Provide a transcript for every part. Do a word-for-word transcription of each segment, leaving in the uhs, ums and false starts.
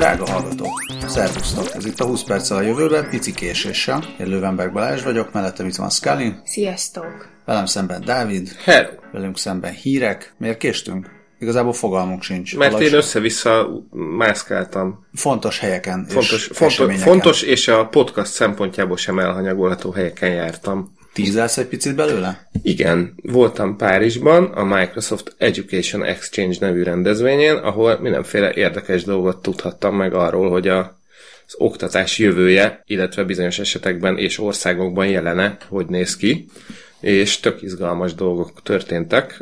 Drága hallgatók! Szervusztok! Ez itt a húsz perccel a jövőben, pici késéssel. Én Löwenberg Balázs vagyok, mellettem itt van Scully. Sziasztok! Velem szemben Dávid. Hello! Velünk szemben hírek. Miért késtünk? Igazából fogalmunk sincs. Mert Valós... én össze-vissza mászkáltam. Fontos helyeken fontos, és fontos, fontos, és a podcast szempontjából sem elhanyagolható helyeken jártam. Tízelsz egy picit belőle? Igen, voltam Párizsban, a Microsoft Education Exchange nevű rendezvényen, ahol mindenféle érdekes dolgot tudhattam meg arról, hogy a, az oktatás jövője, illetve bizonyos esetekben és országokban jelene, hogy néz ki, és tök izgalmas dolgok történtek.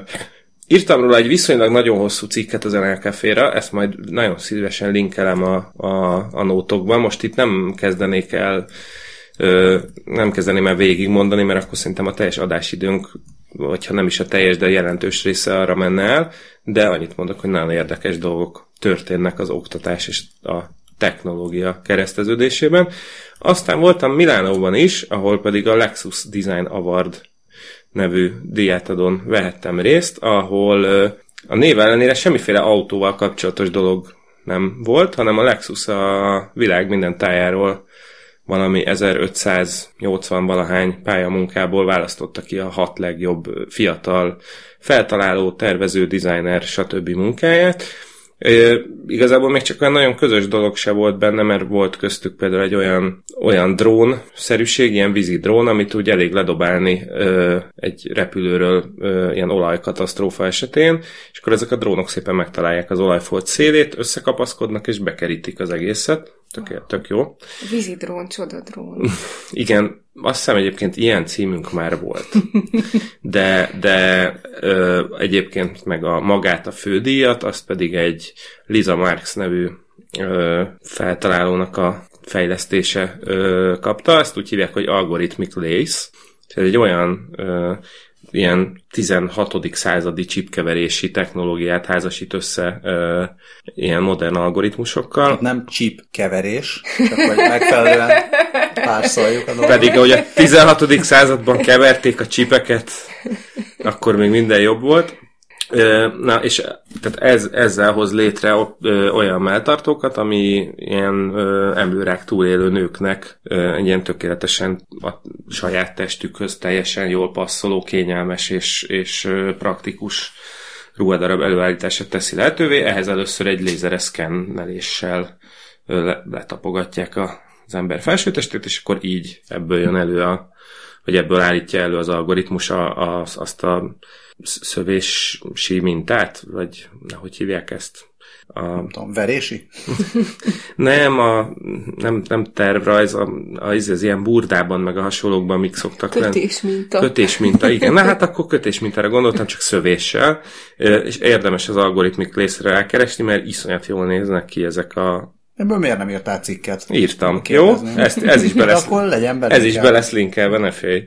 Írtam róla egy viszonylag nagyon hosszú cikket az en el Café-ra, ezt majd nagyon szívesen linkelem a, a, a nótokban. Most itt nem kezdenék el Ö, nem kezdeném el végigmondani, mert akkor szerintem a teljes adásidőnk, vagy ha nem is a teljes, de a jelentős része arra menne el, de annyit mondok, hogy nagyon érdekes dolgok történnek az oktatás és a technológia kereszteződésében. Aztán voltam Milánóban is, ahol pedig a Lexus Design Award nevű díjátadón vehettem részt, ahol ö, a név ellenére semmiféle autóval kapcsolatos dolog nem volt, hanem a Lexus a világ minden tájáról valami ezerötszáznyolcvan valahány pályamunkából választotta ki a hat legjobb fiatal feltaláló, tervező, designer, stb. Munkáját. E, igazából még csak olyan nagyon közös dolog se volt benne, mert volt köztük például egy olyan, olyan drón-szerűség, ilyen vízi drón, amit úgy elég ledobálni e, egy repülőről e, ilyen olajkatasztrófa esetén, és akkor ezek a drónok szépen megtalálják az olajfolt szélét, összekapaszkodnak és bekerítik az egészet. Tök, tök jó. Vízidrón, csodadrón. Igen, azt hiszem egyébként ilyen címünk már volt. De, de ö, egyébként meg a magát a fődíjat, azt pedig egy Lisa Marks nevű ö, feltalálónak a fejlesztése ö, kapta. Ezt úgy hívják, hogy Algorithmic Lace. Ez egy olyan ö, ilyen tizenhatodik századi chipkeverési technológiát házasít össze ö, ilyen modern algoritmusokkal. Nem chip keverés, csak hogy megfelelően párszoljuk a dolgot. Pedig, ahogy a tizenhatodik században keverték a csipeket, akkor még minden jobb volt. Na, és tehát ez, ezzel hoz létre olyan melltartókat, ami ilyen emlőrák túlélő nőknek egy ilyen tökéletesen a saját testükhöz teljesen jól passzoló, kényelmes és, és praktikus ruhadarab előállítását teszi lehetővé. Ehhez először egy lézeres szkenneléssel letapogatják az ember felsőtestét, és akkor így ebből jön elő a, vagy ebből állítja elő az algoritmus a, a, azt a szövési mintát, vagy hogy hívják ezt? A... Nem tudom, verési? nem, a, nem, nem tervrajz, a, a, az, az ilyen burdában, meg a hasonlókban mik szoktak lenni. Kötésminta. Kötésminta, igen. Na hát akkor kötésmintára gondoltam, csak szövéssel, és érdemes az algoritmik részre rákeresni, mert iszonyat jól néznek ki ezek a... Ebből miért nem írtál cikket? Írtam, jó? Ezt, ez is be lesz, akkor legyen ez is be lesz linkelve, ne félj.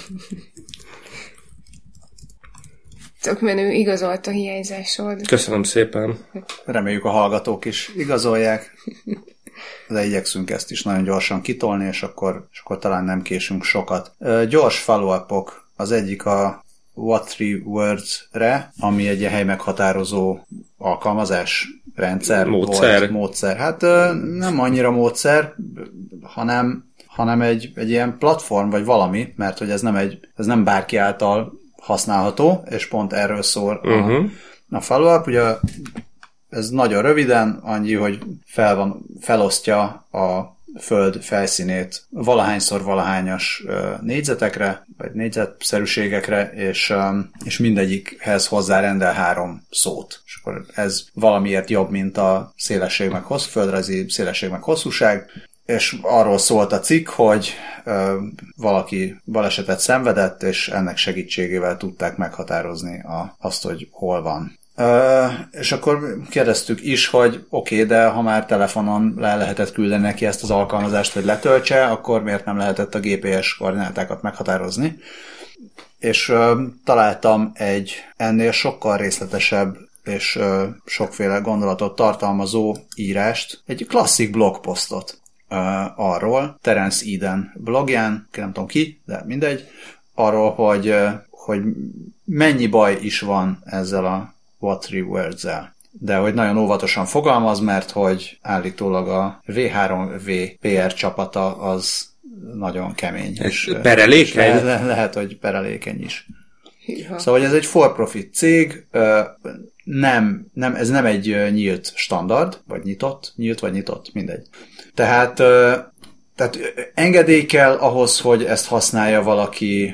Tök menő, igazolt a hiányzásod. Köszönöm szépen. Reméljük a hallgatók is igazolják, de igyekszünk ezt is nagyon gyorsan kitolni, és akkor, és akkor talán nem késünk sokat. Gyors follow-upok. Az egyik a What Three Words-re, ami egy hely meghatározó alkalmazás rendszer módszer. Volt, módszer. Hát nem annyira módszer, hanem, hanem egy, egy ilyen platform, vagy valami, mert hogy ez nem, egy, ez nem bárki által használható, és pont erről szól uh-huh. a, a follow-up. Ugye ez nagyon röviden, annyi, hogy fel van, felosztja a föld felszínét valahányszor valahányas uh, négyzetekre, vagy négyzetszerűségekre, és, um, és mindegyikhez hozzárendel három szót. És akkor ez valamiért jobb, mint a szélesség meg hossz, földrajzi szélesség meg hosszúság, és arról szólt a cikk, hogy ö, valaki balesetet szenvedett, és ennek segítségével tudták meghatározni a, azt, hogy hol van. Ö, és akkor kérdeztük is, hogy oké, okay, de ha már telefonon le lehetett küldeni neki ezt az alkalmazást, hogy letöltse, akkor miért nem lehetett a gé pé es koordinátákat meghatározni? És ö, találtam egy ennél sokkal részletesebb és ö, sokféle gondolatot tartalmazó írást, egy klasszik blogposztot Uh, arról, Terence Eden blogján, nem tudom ki, de mindegy, arról, hogy, uh, hogy mennyi baj is van ezzel a What Three Words-el. de hogy nagyon óvatosan fogalmaz, mert hogy állítólag a vé három vé pé er csapata az nagyon kemény. És, perelékeny? És le, lehet, hogy perelékeny is. Hűha. Szóval ez egy for-profit cég, nem, nem, ez nem egy nyílt standard, vagy nyitott, nyílt vagy nyitott, mindegy. Tehát, tehát engedély kell ahhoz, hogy ezt használja valaki,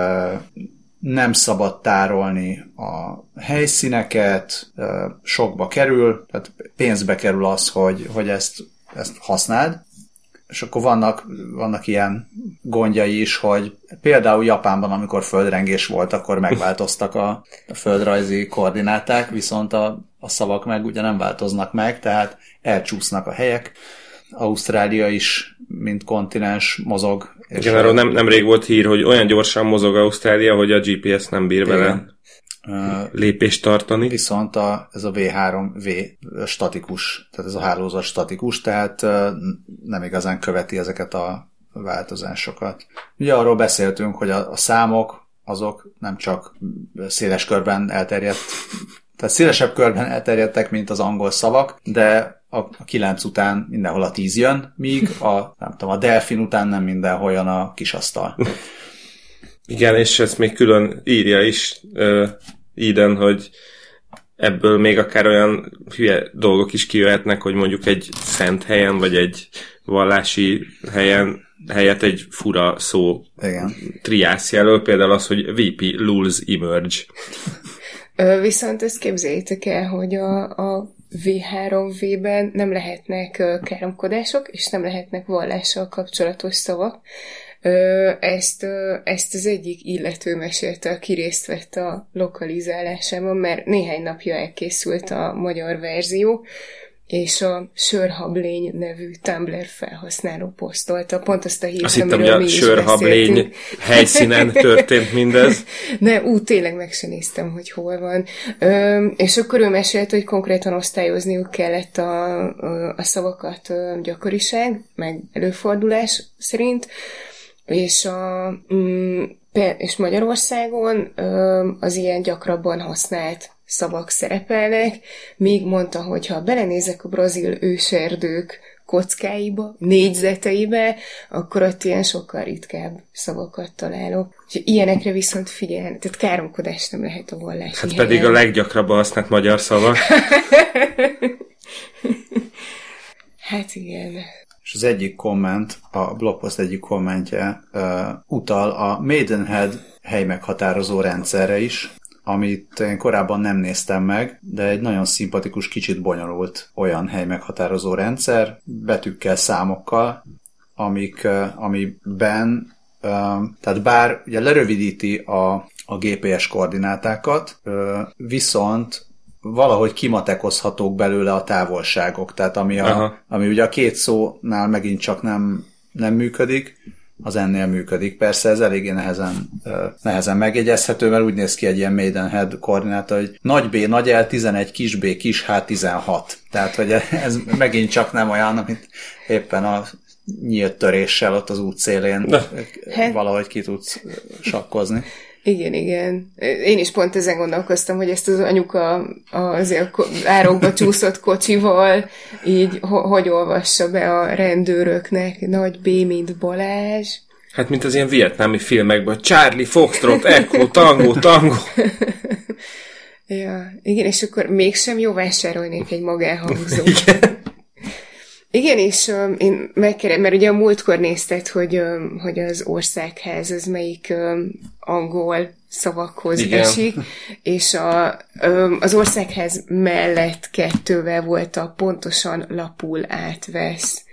nem szabad tárolni a helyszíneket, sokba kerül, tehát pénzbe kerül az, hogy, hogy ezt, ezt használd. És akkor vannak, vannak ilyen gondjai is, hogy például Japánban, amikor földrengés volt, akkor megváltoztak a, a földrajzi koordináták, viszont a, a szavak meg ugye nem változnak meg, tehát elcsúsznak a helyek. Ausztrália is, mint kontinens mozog. Igen, arról nem, nemrég volt hír, hogy olyan gyorsan mozog Ausztrália, hogy a gé pé es nem bír vele lépést tartani. Viszont a, ez a vé három vé statikus, tehát ez a hálózat statikus, tehát nem igazán követi ezeket a változásokat. Ugye arról beszéltünk, hogy a, a számok azok nem csak széles körben elterjedt, tehát szélesebb körben elterjedtek, mint az angol szavak, de a kilenc után mindenhol a tíz jön, míg a, nem tudom, a delfin után nem mindenhol jön a kisasztal. Igen, és ezt még külön írja is uh, Eden, hogy ebből még akár olyan hülye dolgok is kijöhetnek, hogy mondjuk egy szent helyen, vagy egy vallási helyen helyett egy fura szó igen. triász jelöl, például az, hogy vé pé Lulz Emerge. Viszont ezt képzeljétek el, hogy a, a vé három vé-ben nem lehetnek káromkodások, és nem lehetnek vallással kapcsolatos szavak. Ezt, ezt az egyik illető mesélte, aki részt vett a lokalizálásában, mert néhány napja elkészült a magyar verzió, és a Sörhablény nevű Tumblr felhasználó posztolta pont azt a hírt, azt hittem, hogy a Sörhablény helyszínen történt mindez. De ú, tényleg meg sem néztem, hogy hol van. Ö, és akkor ő mesélte, hogy konkrétan osztályozniuk kellett a, a, a szavakat a gyakoriság, meg előfordulás szerint, és, a, mm, és Magyarországon ö, az ilyen gyakrabban használt szavak szerepelnek, míg mondta, hogy ha belenézek a brazil őserdők kockáiba, négyzeteibe, akkor ott ilyen sokkal ritkább szavakat találok. És ilyenekre viszont figyelni, tehát káromkodást nem lehet a vallási Hát helyen. pedig a leggyakrabban használt magyar szavak. Hát igen. És az egyik komment, a blogpost egyik kommentje uh, utal a Maidenhead helymeghatározó rendszerre is, amit én korábban nem néztem meg, de egy nagyon szimpatikus, kicsit bonyolult olyan helymeghatározó rendszer, betűkkel, számokkal, amik, amiben, tehát bár ugye lerövidíti a, a gé pé es koordinátákat, viszont valahogy kimatekozhatók belőle a távolságok, tehát ami, a, ami ugye a két szónál megint csak nem, nem működik, az ennél működik. Persze ez eléggé nehezen, nehezen megjegyezhető, mert úgy néz ki egy ilyen Maidenhead koordináta, hogy nagy B, nagy L tizenegy, kis B, kis H tizenhat. Tehát, hogy ez megint csak nem olyan, amit éppen a nyílt töréssel ott az út szélén valahogy ki tudsz sakkozni. Igen, igen. Én is pont ezen gondolkoztam, hogy ezt az anyuka azért árokba csúszott kocsival így ho- hogy olvassa be a rendőröknek, nagy B, mint Balázs. Hát, mint az ilyen vietnámi filmekben, Charlie, Foxtrot, Echo, Tango, Tango. Ja, igen, és akkor mégsem jó vásárolnék egy magánhangzót. Igen. Igen, és um, én megkérdem, mert ugye a múltkor nézted, hogy, um, hogy az országház az melyik um, angol szavakhoz igen. esik, és a, um, az országház mellett kettővel volt a pontosan lapul átvesz.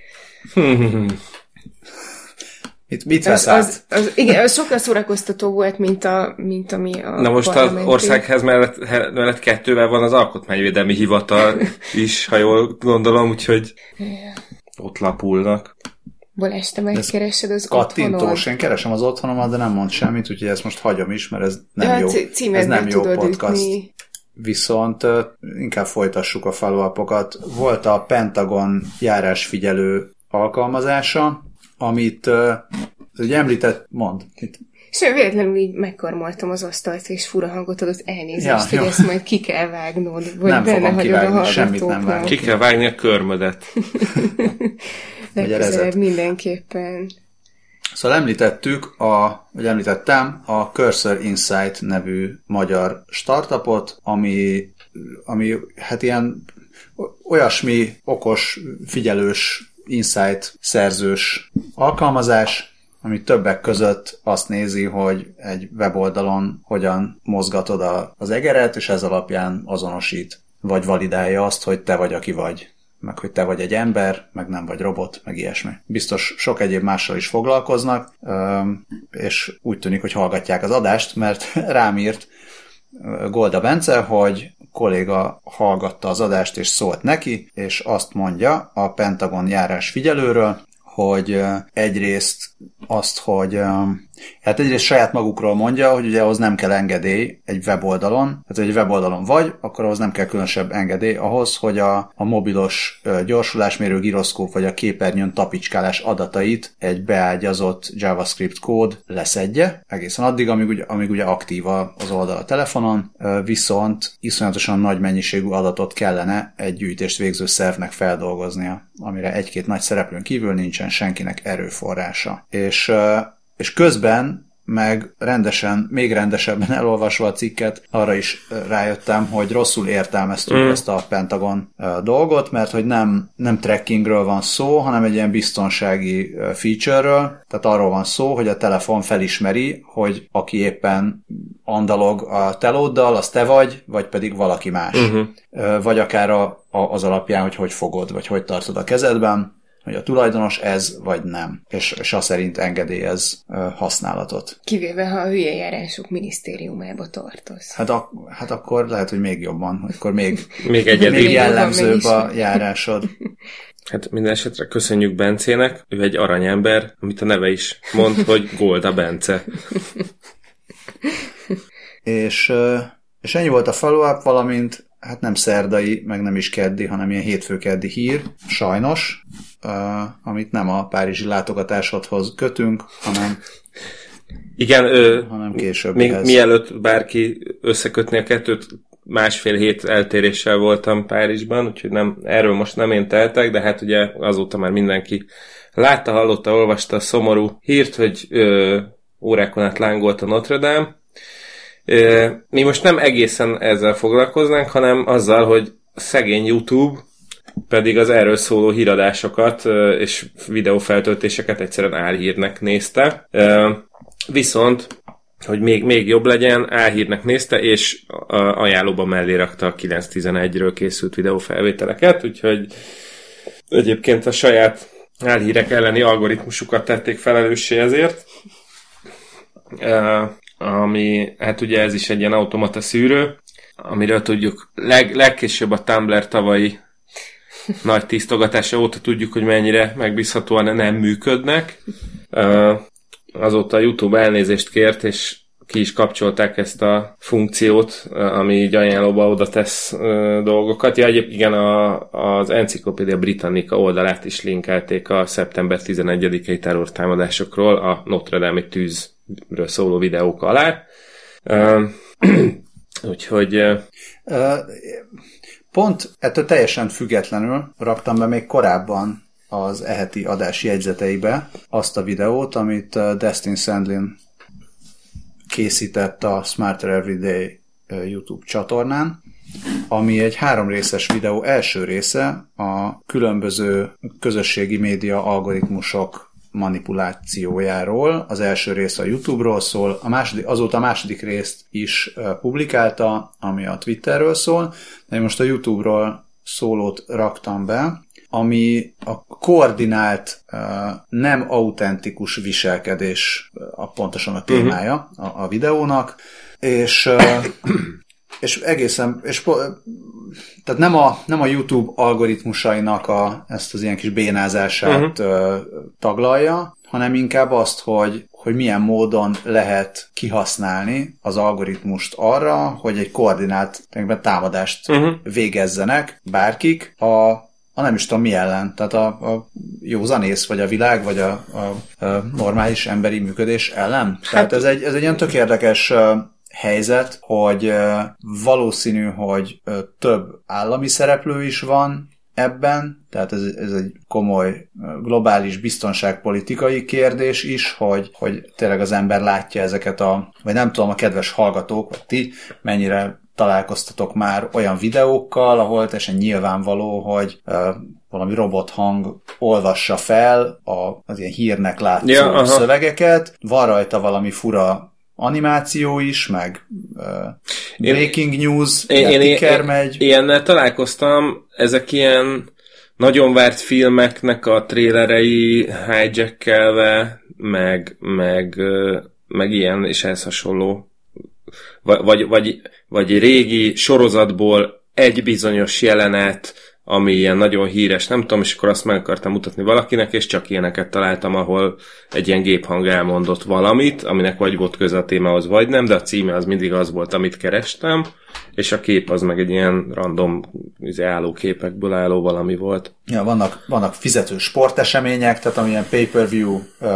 Mit, mit vesz az, az, az, igen, az sokkal szórakoztató volt, mint, a, mint ami a Na most az országház mellett, mellett kettővel van az Alkotmányvédelmi Hivatal is, ha jól gondolom, úgyhogy yeah. ott lapulnak. Balázs, te megkeresed az kattintós. otthonod? Én keresem az otthonomat, de nem mond semmit, úgyhogy ezt most hagyom is, mert ez nem ja, jó, ez nem jó podcast. Ütni. Viszont uh, inkább folytassuk a follow-upokat. Volt a Pentagon járásfigyelő alkalmazása, amit uh, ugye említett, mond. És véletlenül így megkarmoltam az asztalt, és fura hangot adott elnézést, Ja, hogy jó. ezt majd ki kell vágnod, vagy Nem benne fogom hagyod a kivágni, semmit nem hallgatóknak. vágok. Ki kell vágni a körmödet. Legközelebb mindenképpen. Szóval említettük, a, vagy említettem a Cursor Insight nevű magyar startupot, ami, ami hát ilyen olyasmi okos, figyelős, insight szerzős alkalmazás, ami többek között azt nézi, hogy egy weboldalon hogyan mozgatod a, az egeret, és ez alapján azonosít, vagy validálja azt, hogy te vagy, aki vagy. Meg hogy te vagy egy ember, meg nem vagy robot, meg ilyesmi. Biztos sok egyéb mással is foglalkoznak, és úgy tűnik, hogy hallgatják az adást, mert rám írt Golda Bence, hogy kolléga hallgatta az adást, és szólt neki, és azt mondja a Pentagon járás figyelőről, hogy egyrészt azt, hogy hát egyrészt saját magukról mondja, hogy ugye ahhoz nem kell engedély egy weboldalon, tehát hogy egy weboldalon vagy, akkor ahhoz nem kell különösebb engedély ahhoz, hogy a, a mobilos gyorsulásmérő giroszkóp vagy a képernyőn tapicskálás adatait egy beágyazott JavaScript kód leszedje, egészen addig, amíg ugye, amíg ugye aktív az oldal a telefonon, viszont iszonyatosan nagy mennyiségű adatot kellene egy gyűjtést végző szervnek feldolgoznia, amire egy-két nagy szereplőn kívül nincsen senkinek erőforrása. És, és közben meg rendesen, még rendesebben elolvasva a cikket, arra is rájöttem, hogy rosszul értelmeztük mm. ezt a Pentagon dolgot, mert hogy nem, nem trackingről van szó, hanem egy ilyen biztonsági feature-ről, tehát arról van szó, hogy a telefon felismeri, hogy aki éppen andalog a telóddal, az te vagy, vagy pedig valaki más. Uh-huh. Vagy akár a, a, az alapján, hogy hogy fogod, vagy hogy tartod a kezedben, hogy a tulajdonos ez, vagy nem. És, és az szerint engedélyez uh, használatot. Kivéve, ha a hülye járások minisztériumába tartoz. Hát, a, hát akkor lehet, hogy még jobban, akkor még, még, egyedi. még jellemzőbb a járásod. Hát minden esetre köszönjük Bencének, ő egy aranyember, amit a neve is mond, hogy Golda Bence. és, és ennyi volt a follow-up, valamint hát nem szerdai, meg nem is keddi, hanem ilyen hétfő-keddi hír, sajnos, uh, amit nem a párizsi látogatásodhoz kötünk, hanem, igen, ö, hanem később. Még mielőtt bárki összekötni a kettőt, másfél hét eltéréssel voltam Párizsban, úgyhogy nem, erről most nem én teltek, de hát ugye azóta már mindenki látta, hallotta, olvasta a szomorú hírt, hogy ö, órákon át lángolt a Notre Dame. Mi most nem egészen ezzel foglalkoznánk, hanem azzal, hogy szegény YouTube pedig az erről szóló híradásokat és videófeltöltéseket egyszerűen álhírnek nézte. Viszont, hogy még, még jobb legyen, álhírnek nézte, és ajánlóban mellé rakta a kilenc tizenegyről készült videófelvételeket, úgyhogy egyébként a saját álhírek elleni algoritmusukat tették felelőssé ezért. Ami, hát ugye ez is egy ilyen automata szűrő, amiről tudjuk, leg, legkésőbb a Tumblr tavalyi nagy tisztogatása óta tudjuk, hogy mennyire megbízhatóan nem működnek. Azóta a YouTube elnézést kért, és ki is kapcsolták ezt a funkciót, ami így ajánlóba oda tesz dolgokat. Ja, egyébként igen, a, az Encyclopedia Britannica oldalát is linkelték a szeptember tizenegyedikei terrortámadásokról a Notre Dame-i tűzről szóló videók alá. Úgyhogy... Pont ettől teljesen függetlenül raktam be még korábban az eheti adás jegyzeteibe azt a videót, amit Destin Sandlin készített a Smarter Everyday YouTube csatornán, ami egy háromrészes videó első része a különböző közösségi média algoritmusok manipulációjáról. Az első rész a YouTube-ról szól, a második, azóta a második részt is publikálta, ami a Twitterről szól, de én most a YouTube-ról szólót raktam be, ami a koordinált, nem autentikus viselkedés a pontosan a témája a, a videónak, és, és egészen, és, tehát nem a, nem a YouTube algoritmusainak a, ezt az ilyen kis bénázását uh-huh. taglalja, hanem inkább azt, hogy, hogy milyen módon lehet kihasználni az algoritmust arra, hogy egy koordinált támadást uh-huh. végezzenek bárkik a a nem is tudom mi ellen, tehát a, a józanész, vagy a világ, vagy a, a, a normális emberi működés ellen. Hát, tehát ez egy, ez egy ilyen tök érdekes helyzet, hogy valószínű, hogy több állami szereplő is van ebben, tehát ez, ez egy komoly globális biztonságpolitikai kérdés is, hogy, hogy tényleg az ember látja ezeket a, vagy nem tudom, a kedves hallgatók, vagy ti mennyire találkoztatok már olyan videókkal, ahol teljesen nyilvánvaló, hogy uh, valami robothang olvassa fel a, az ilyen hírnek látszó ja, szövegeket, van rajta valami fura animáció is, meg uh, breaking én, news, én, én, ticker megy. Ilyennel találkoztam, ezek ilyen nagyon várt filmeknek a trélerei hijackkelve, meg, meg, meg ilyen és ehhez hasonló. Vagy, vagy, vagy régi sorozatból egy bizonyos jelenet, ami ilyen nagyon híres, nem tudom, és akkor azt meg akartam mutatni valakinek, és csak ilyeneket találtam, ahol egy ilyen géphang elmondott valamit, aminek vagy volt köze a témához, vagy nem, de a címe az mindig az volt, amit kerestem, és a kép az meg egy ilyen random álló képekből álló valami volt. Ja, vannak, vannak fizető sportesemények, tehát amilyen pay-per-view uh,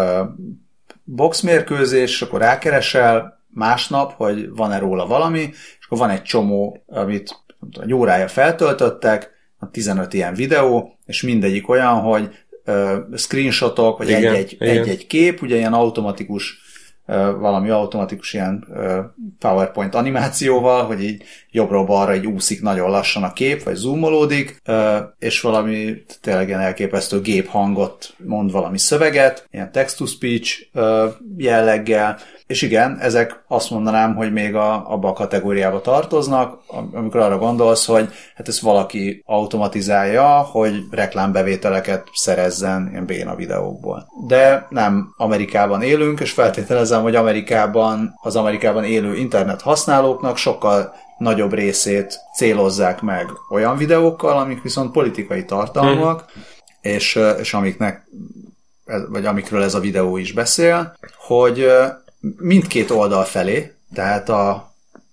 boxmérkőzés, akkor rákeresel másnap, hogy van-e róla valami, és akkor van egy csomó, amit egy órája feltöltöttek, tizenöt ilyen videó, és mindegyik olyan, hogy uh, screenshotok, vagy igen, egy-egy, igen. egy-egy kép, ugye ilyen automatikus, uh, valami automatikus ilyen uh, PowerPoint animációval, hogy így jobbra-balra így úszik nagyon lassan a kép, vagy zoomolódik, uh, és valami tényleg ilyen elképesztő géphangot mond valami szöveget, ilyen text-to-speech uh, jelleggel, és igen, ezek azt mondanám, hogy még a, abba a kategóriába tartoznak, amikor arra gondolsz, hogy hát ezt valaki automatizálja, hogy reklámbevételeket szerezzen ilyen béna videókból. De nem Amerikában élünk, és feltételezem, hogy Amerikában, az Amerikában élő internet használóknak sokkal nagyobb részét célozzák meg olyan videókkal, amik viszont politikai tartalmak, hmm. és, és amiknek, vagy amikről ez a videó is beszél, hogy mindkét oldal felé, tehát a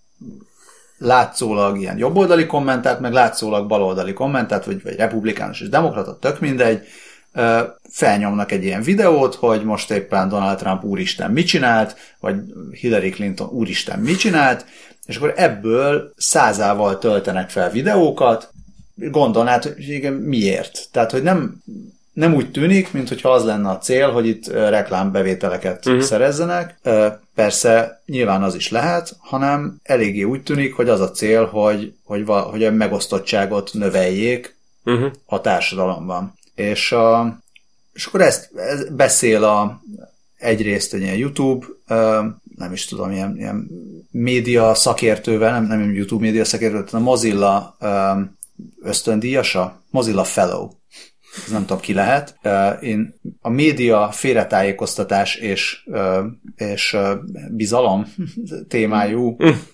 látszólag ilyen jobboldali kommentát, meg látszólag baloldali kommentát, vagy, vagy republikánus és demokrata, tök mindegy, felnyomnak egy ilyen videót, hogy most éppen Donald Trump úristen mit csinált, vagy Hillary Clinton úristen mit csinált, és akkor ebből százával töltenek fel videókat, gondolnád, hogy igen, miért? Tehát, hogy nem... Nem úgy tűnik, mintha az lenne a cél, hogy itt reklámbevételeket uh-huh. szerezzenek. Persze nyilván az is lehet, hanem eléggé úgy tűnik, hogy az a cél, hogy, hogy, hogy a megosztottságot növeljék uh-huh. a társadalomban. És, a, és akkor ezt, ezt beszél a, egyrészt egy ilyen YouTube, nem is tudom, ilyen, ilyen média szakértővel, nem, nem YouTube média szakértővel, hanem a Mozilla ösztöndíjasa, Mozilla Fellow. Ez nem tudom, ki lehet. Én a média félretájékoztatás és, és bizalom témájú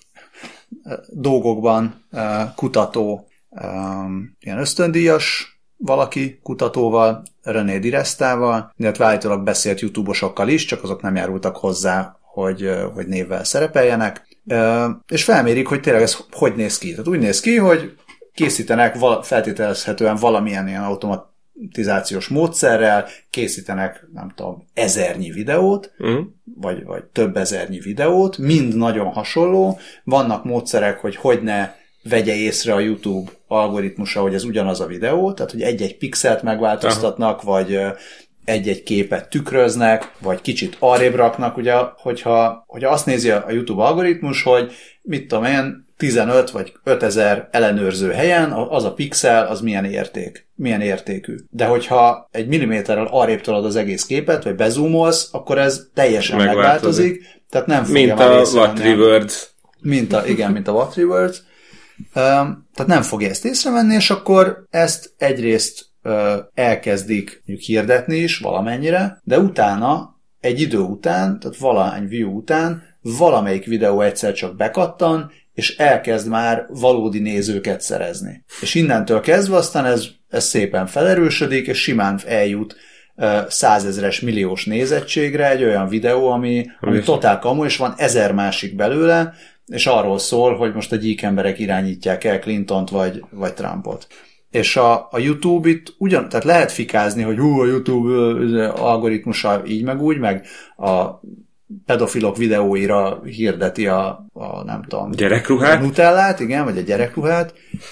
dolgokban kutató ilyen ösztöndíjas valaki kutatóval, René Direstával, illetve állítólag beszélt YouTube-osokkal is, csak azok nem járultak hozzá, hogy, hogy névvel szerepeljenek. És felmérik, hogy tényleg ez hogy néz ki. Tehát úgy néz ki, hogy készítenek feltételezhetően valamilyen ilyen automat automatizációs módszerrel, készítenek, nem tudom, ezernyi videót, uh-huh. vagy, vagy több ezernyi videót, mind nagyon hasonló. Vannak módszerek, hogy hogy ne vegye észre a YouTube algoritmusa, hogy ez ugyanaz a videó, tehát hogy egy-egy pixelt megváltoztatnak, uh-huh. vagy egy-egy képet tükröznek, vagy kicsit arrébb raknak, ugye, hogyha, hogyha azt nézi a YouTube algoritmus, hogy mit tudom én, tizenöt vagy ötezer ellenőrző helyen az a pixel, az milyen érték, milyen értékű. De hogyha egy milliméterrel arrébb tolod az egész képet, vagy bezoomolsz, akkor ez teljesen megváltozik, megváltozik tehát nem fogja mint a What Rewards. Mint a, igen, mint a What Rewards. Um, tehát nem fogja ezt észrevenni, és akkor ezt egyrészt uh, elkezdik hirdetni is valamennyire, de utána, egy idő után, tehát valahány view után valamelyik videó egyszer csak bekattan, és elkezd már valódi nézőket szerezni. És innentől kezdve aztán ez, ez szépen felerősödik, és simán eljut uh, százezres milliós nézettségre egy olyan videó, ami, ami totál kamu, és van ezer másik belőle, és arról szól, hogy most a gyík emberek irányítják el Clintont vagy, vagy Trumpot. És a, a YouTube itt ugyan, tehát lehet fikázni, hogy hú, a YouTube algoritmusa így meg úgy, meg a pedofilok videóira hirdeti a, a nem tudom, gyerekruhát? A Nutellát, igen, vagy a gyerekruhát,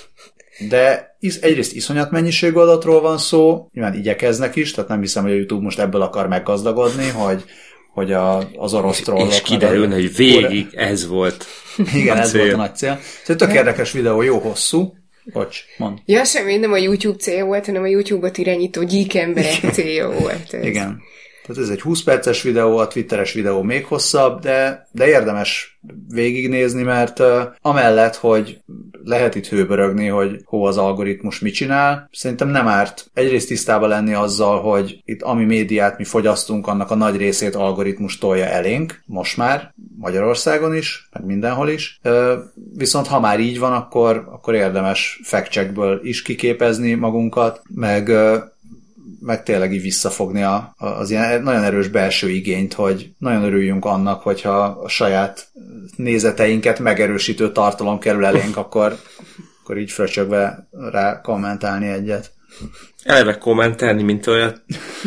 de is, egyrészt iszonyat mennyiségű adatról van szó, nyilván igyekeznek is, tehát nem hiszem, hogy a YouTube most ebből akar meggazdagodni, hogy, hogy a, az orosz trollok... És kiderülne, hogy végig ez volt. Igen, ez volt a nagy cél. Szóval tök érdekes videó, jó hosszú. Bocs, mondd. Ja, semmi, nem a YouTube célja volt, hanem a YouTube-ot irányító gyík emberek célja volt. Ez. Igen. Tehát ez egy húsz perces videó, a twitteres videó még hosszabb, de, de érdemes végignézni, mert uh, amellett, hogy lehet itt hőbörögni, hogy hó az algoritmus mit csinál, szerintem nem árt egyrészt tisztában lenni azzal, hogy itt ami médiát mi fogyasztunk, annak a nagy részét algoritmus tolja elénk, most már, Magyarországon is, meg mindenhol is. Uh, viszont ha már így van, akkor, akkor érdemes fact-checkből is kiképezni magunkat, meg uh, meg tényleg így visszafogni a, az ilyen nagyon erős belső igényt, hogy nagyon örüljünk annak, hogyha a saját nézeteinket megerősítő tartalom kerül elénk, akkor, akkor így fröcsögve rá kommentálni egyet. Eleve kommentálni, mint olyat.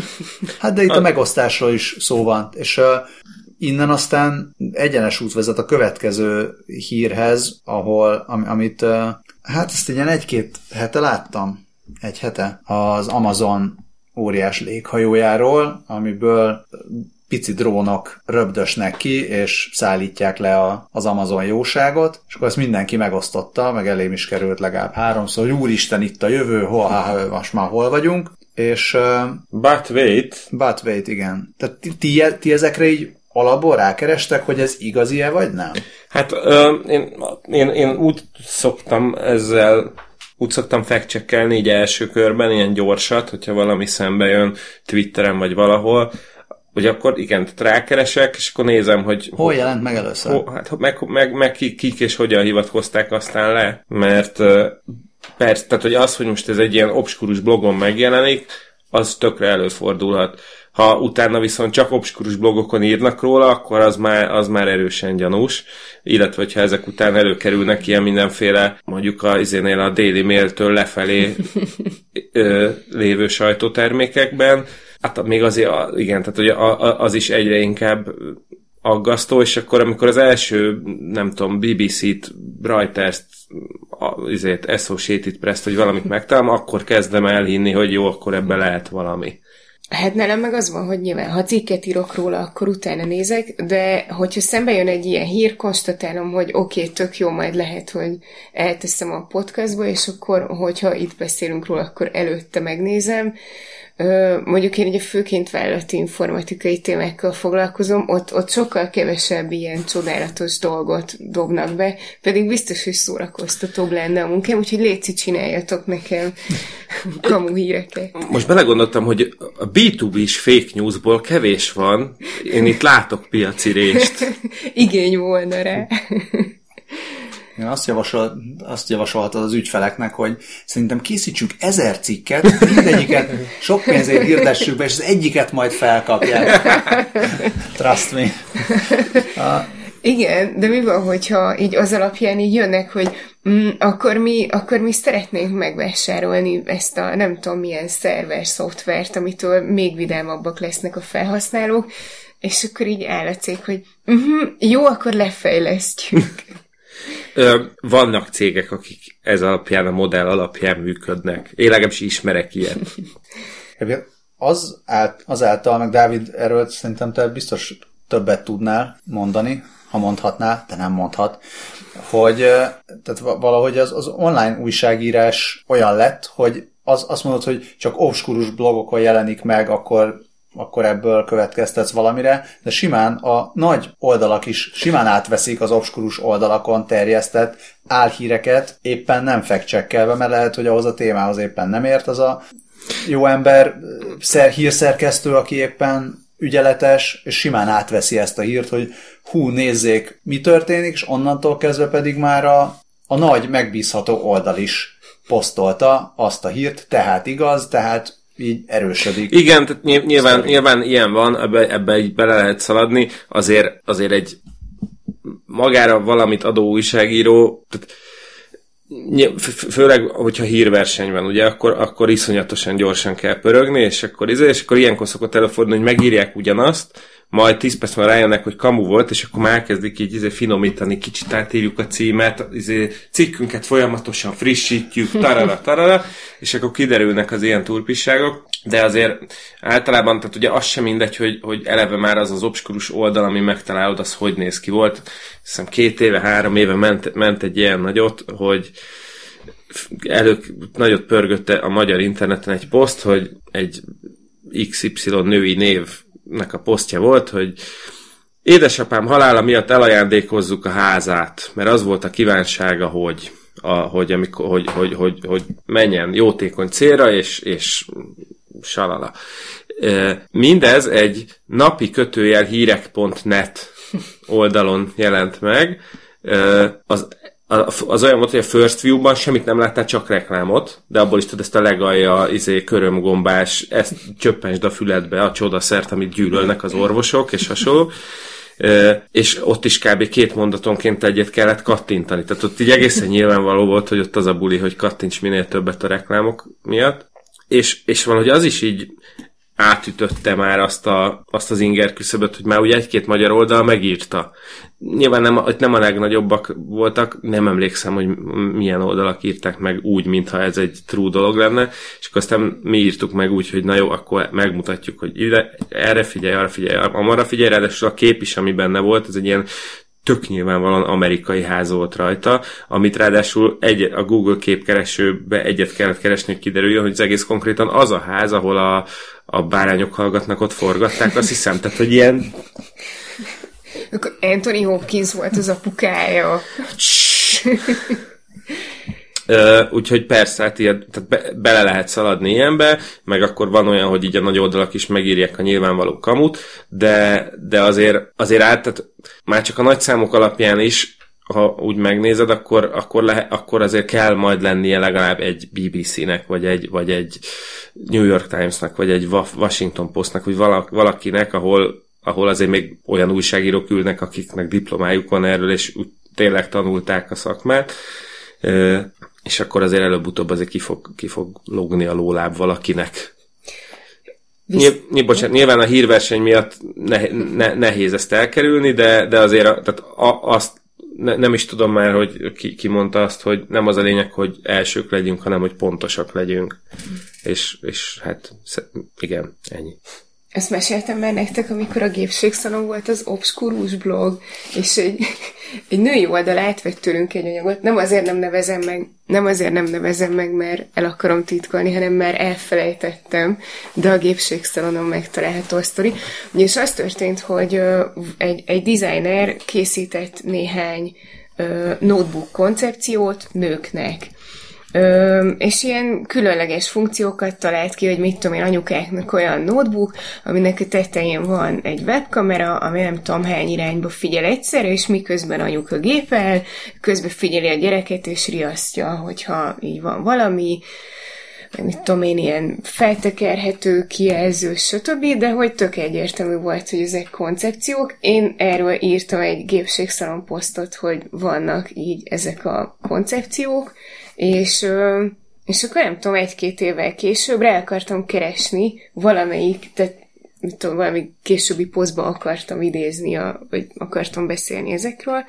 Hát de itt a megosztásról is szó van, és uh, innen aztán egyenes út vezet a következő hírhez, ahol, am, amit, uh, hát ezt ilyen egy-két hete láttam, egy hete, az Amazon óriás léghajójáról, amiből pici drónok röbdösnek ki, és szállítják le a, az Amazon jóságot, és akkor ezt mindenki megosztotta, meg elém is került legalább háromszor, hogy úristen, itt a jövő, hol, há, most már hol vagyunk, és... Uh, but wait. But wait, igen. Tehát ti, ti, ti ezekre így alapból rákerestek, hogy ez igazi-e, vagy nem? Hát uh, én, én, én úgy szoktam ezzel úgy szoktam fact-checkelni így első körben, ilyen gyorsat, hogyha valami szembe jön Twitteren vagy valahol, hogy akkor igen, tehát rákeresek, és akkor nézem, hogy... Hol jelent meg először? Ho, hát meg, meg, meg kik, kik és hogyan hivatkozták aztán le, mert persze, tehát hogy az, hogy most ez egy ilyen obskurus blogon megjelenik, az tökre előfordulhat. Ha utána viszont csak obskurus blogokon írnak róla, akkor az már, az már erősen gyanús, illetve hogyha ezek után előkerülnek ilyen mindenféle, mondjuk a, izénél a Daily Mail-től lefelé ö, lévő sajtótermékekben, hát még azért, igen, tehát hogy az is egyre inkább aggasztó, és akkor amikor az első, nem tudom, bé bé cét, Reuters-t, azért Associated Press-t, hogy valamit megtalálom, akkor kezdem elhinni, hogy jó, akkor ebben lehet valami. Hát nálam meg az van, hogy nyilván, ha cikket írok róla, akkor utána nézek, de hogyha szembe jön egy ilyen hír, konstatálom, hogy oké, okay, tök jó, majd lehet, hogy elteszem a podcastba, és akkor, hogyha itt beszélünk róla, akkor előtte megnézem. Mondjuk én ugye főként vállalati informatikai témákkal foglalkozom, ott, ott sokkal kevesebb ilyen csodálatos dolgot dobnak be, pedig biztos, hogy szórakoztatóbb lenne a munkám, úgyhogy léci, csináljatok nekem kamu híreket. Most belegondoltam, hogy a bé kettő bé-s fake newsból kevés van, én itt látok piaci részt. Igény volna rá. Én azt, javasol, azt javasolhatod az ügyfeleknek, hogy szerintem készítsünk ezer cikket, mindegyiket sok pénzért hirdessük be, és az egyiket majd felkapják. Trust me. Ah. Igen, de mi van, hogyha így az alapján így jönnek, hogy mm, akkor, mi, akkor mi szeretnénk megvásárolni ezt a nem tudom milyen szerver szoftvert, amitől még vidámabbak lesznek a felhasználók, és akkor így áll a cég, hogy uh-huh, jó, akkor lefejlesztjük. Ö, vannak cégek, akik ez alapján, a modell alapján működnek. Én legalábbis ismerek ilyet. Az ált, azáltal, meg Dávid, erről szerintem te biztos többet tudnál mondani, ha mondhatnál, de nem mondhat, hogy tehát valahogy az, az online újságírás olyan lett, hogy az, azt mondod, hogy csak obskurus blogokon jelenik meg, akkor akkor ebből következtetsz valamire, de simán a nagy oldalak is simán átveszik az obskurus oldalakon terjesztett álhíreket, éppen nem fact-checkelve, mert lehet, hogy ahhoz a témához éppen nem ért az a jó ember, szer, hírszerkesztő, aki éppen ügyeletes, és simán átveszi ezt a hírt, hogy hú, nézzék, mi történik, és onnantól kezdve pedig már a, a nagy, megbízható oldal is posztolta azt a hírt, tehát igaz, tehát így erősödik. Igen, tehát nyilván, nyilván ilyen van, ebbe, ebbe így bele lehet szaladni, azért, azért egy magára valamit adó újságíró, tehát főleg, hogyha hírverseny van, ugye, akkor, akkor iszonyatosan gyorsan kell pörögni, és akkor, és akkor ilyenkor szokott előfordulni, hogy megírják ugyanazt, majd tíz perc múlva rájönnek, hogy kamu volt, és akkor már elkezdik így izé, finomítani, kicsit átírjuk a címet, izé, cikkünket folyamatosan frissítjük, tarara, tarara, és akkor kiderülnek az ilyen turpisságok, de azért általában, tehát ugye az sem mindegy, hogy, hogy eleve már az az obskurus oldal, ami megtalálod, az hogy néz ki volt. Hiszem két éve, három éve ment, ment egy ilyen nagyot, hogy elő, nagyot pörgötte a magyar interneten egy poszt, hogy egy iksz ipszilon női névnek a posztja volt, hogy édesapám halála miatt elajándékozzuk a házát, mert az volt a kívánsága, hogy, a, hogy, amikor, hogy, hogy, hogy, hogy menjen jótékony célra, és, és salala. Mindez egy napi kötőjel hírek pont net oldalon jelent meg. Az, az olyan volt, hogy a First View-ban semmit nem láttál, csak reklámot, de abból is tudod ezt a legalja, izé, körömgombás, ezt csöppensd a füledbe, a csodaszert, amit gyűlölnek az orvosok, és hasonló. És ott is kb. Két mondatonként egyet kellett kattintani. Tehát ott így egészen nyilvánvaló volt, hogy ott az a buli, hogy kattints minél többet a reklámok miatt. És, és valahogy az is így átütötte már azt, a, azt az inger küszöböt, hogy már ugye egy-két magyar oldal megírta. Nyilván nem, nem a legnagyobbak voltak, nem emlékszem, hogy milyen oldalak írták meg úgy, mintha ez egy true dolog lenne, és akkor aztán mi írtuk meg úgy, hogy na jó, akkor megmutatjuk, hogy ide, erre figyelj, arra figyelj, amarra figyelj, ráadásul a kép is, ami benne volt, ez egy ilyen tök nyilvánvalóan amerikai ház volt rajta, amit ráadásul egy, a Google képkeresőbe egyet kellett keresni, hogy kiderüljön, hogy az egész konkrétan az a ház, ahol a, a bárányok hallgatnak, ott forgatták, azt hiszem, tehát, hogy ilyen... Akkor Anthony Hopkins volt az apukája. Uh, úgyhogy persze, hát ilyen, tehát be, bele lehet szaladni ilyenbe, meg akkor van olyan, hogy így a nagy oldalak is megírják a nyilvánvaló kamut, de, de azért, azért át, tehát már csak a nagy számok alapján is, ha úgy megnézed, akkor, akkor, le, akkor azért kell majd lennie legalább egy bé bé cé-nek, vagy egy, vagy egy New York Times-nak, vagy egy Washington Post-nak, vagy valakinek, ahol, ahol azért még olyan újságírók ülnek, akiknek diplomájuk van erről, és úgy tényleg tanulták a szakmát. Uh, és akkor azért előbb-utóbb azért ki fog, ki fog lógni a lóláb valakinek. Nyilv, nyilv, bocsánat, nyilván a hírverseny miatt ne, ne, nehéz ezt elkerülni, de, de azért a, tehát a, azt ne, nem is tudom már, hogy ki, ki mondta azt, hogy nem az a lényeg, hogy elsők legyünk, hanem hogy pontosak legyünk. Mm. És, és hát igen, ennyi. Ezt meséltem már nektek, amikor a gépségszalon volt az Obskurus blog, és egy, egy női oldal átvett tőlünk egy anyagot. Nem azért nem nevezem meg, nem azért nem nevezem meg, mert el akarom titkolni, hanem már elfelejtettem, de a gépségszalonon megtalálható a sztori. És az történt, hogy egy, egy designer készített néhány notebook koncepciót nőknek. Ö, és ilyen különleges funkciókat talált ki, hogy mit tudom én, anyukáknak olyan notebook, aminek a tetején van egy webkamera, ami nem tudom hány irányba figyel egyszerre, és miközben anyuka gépel, közben figyeli a gyereket, és riasztja, hogyha így van valami, mit tudom én, ilyen feltekerhető, kijelző, stb., de hogy tök egyértelmű volt, hogy ezek koncepciók. Én erről írtam egy gépségszalon posztot, hogy vannak így ezek a koncepciók, és, és akkor nem tudom, egy-két évvel később rá akartam keresni valamelyik, tehát mit tudom, valami későbbi posztba akartam idézni, a, vagy akartam beszélni ezekről,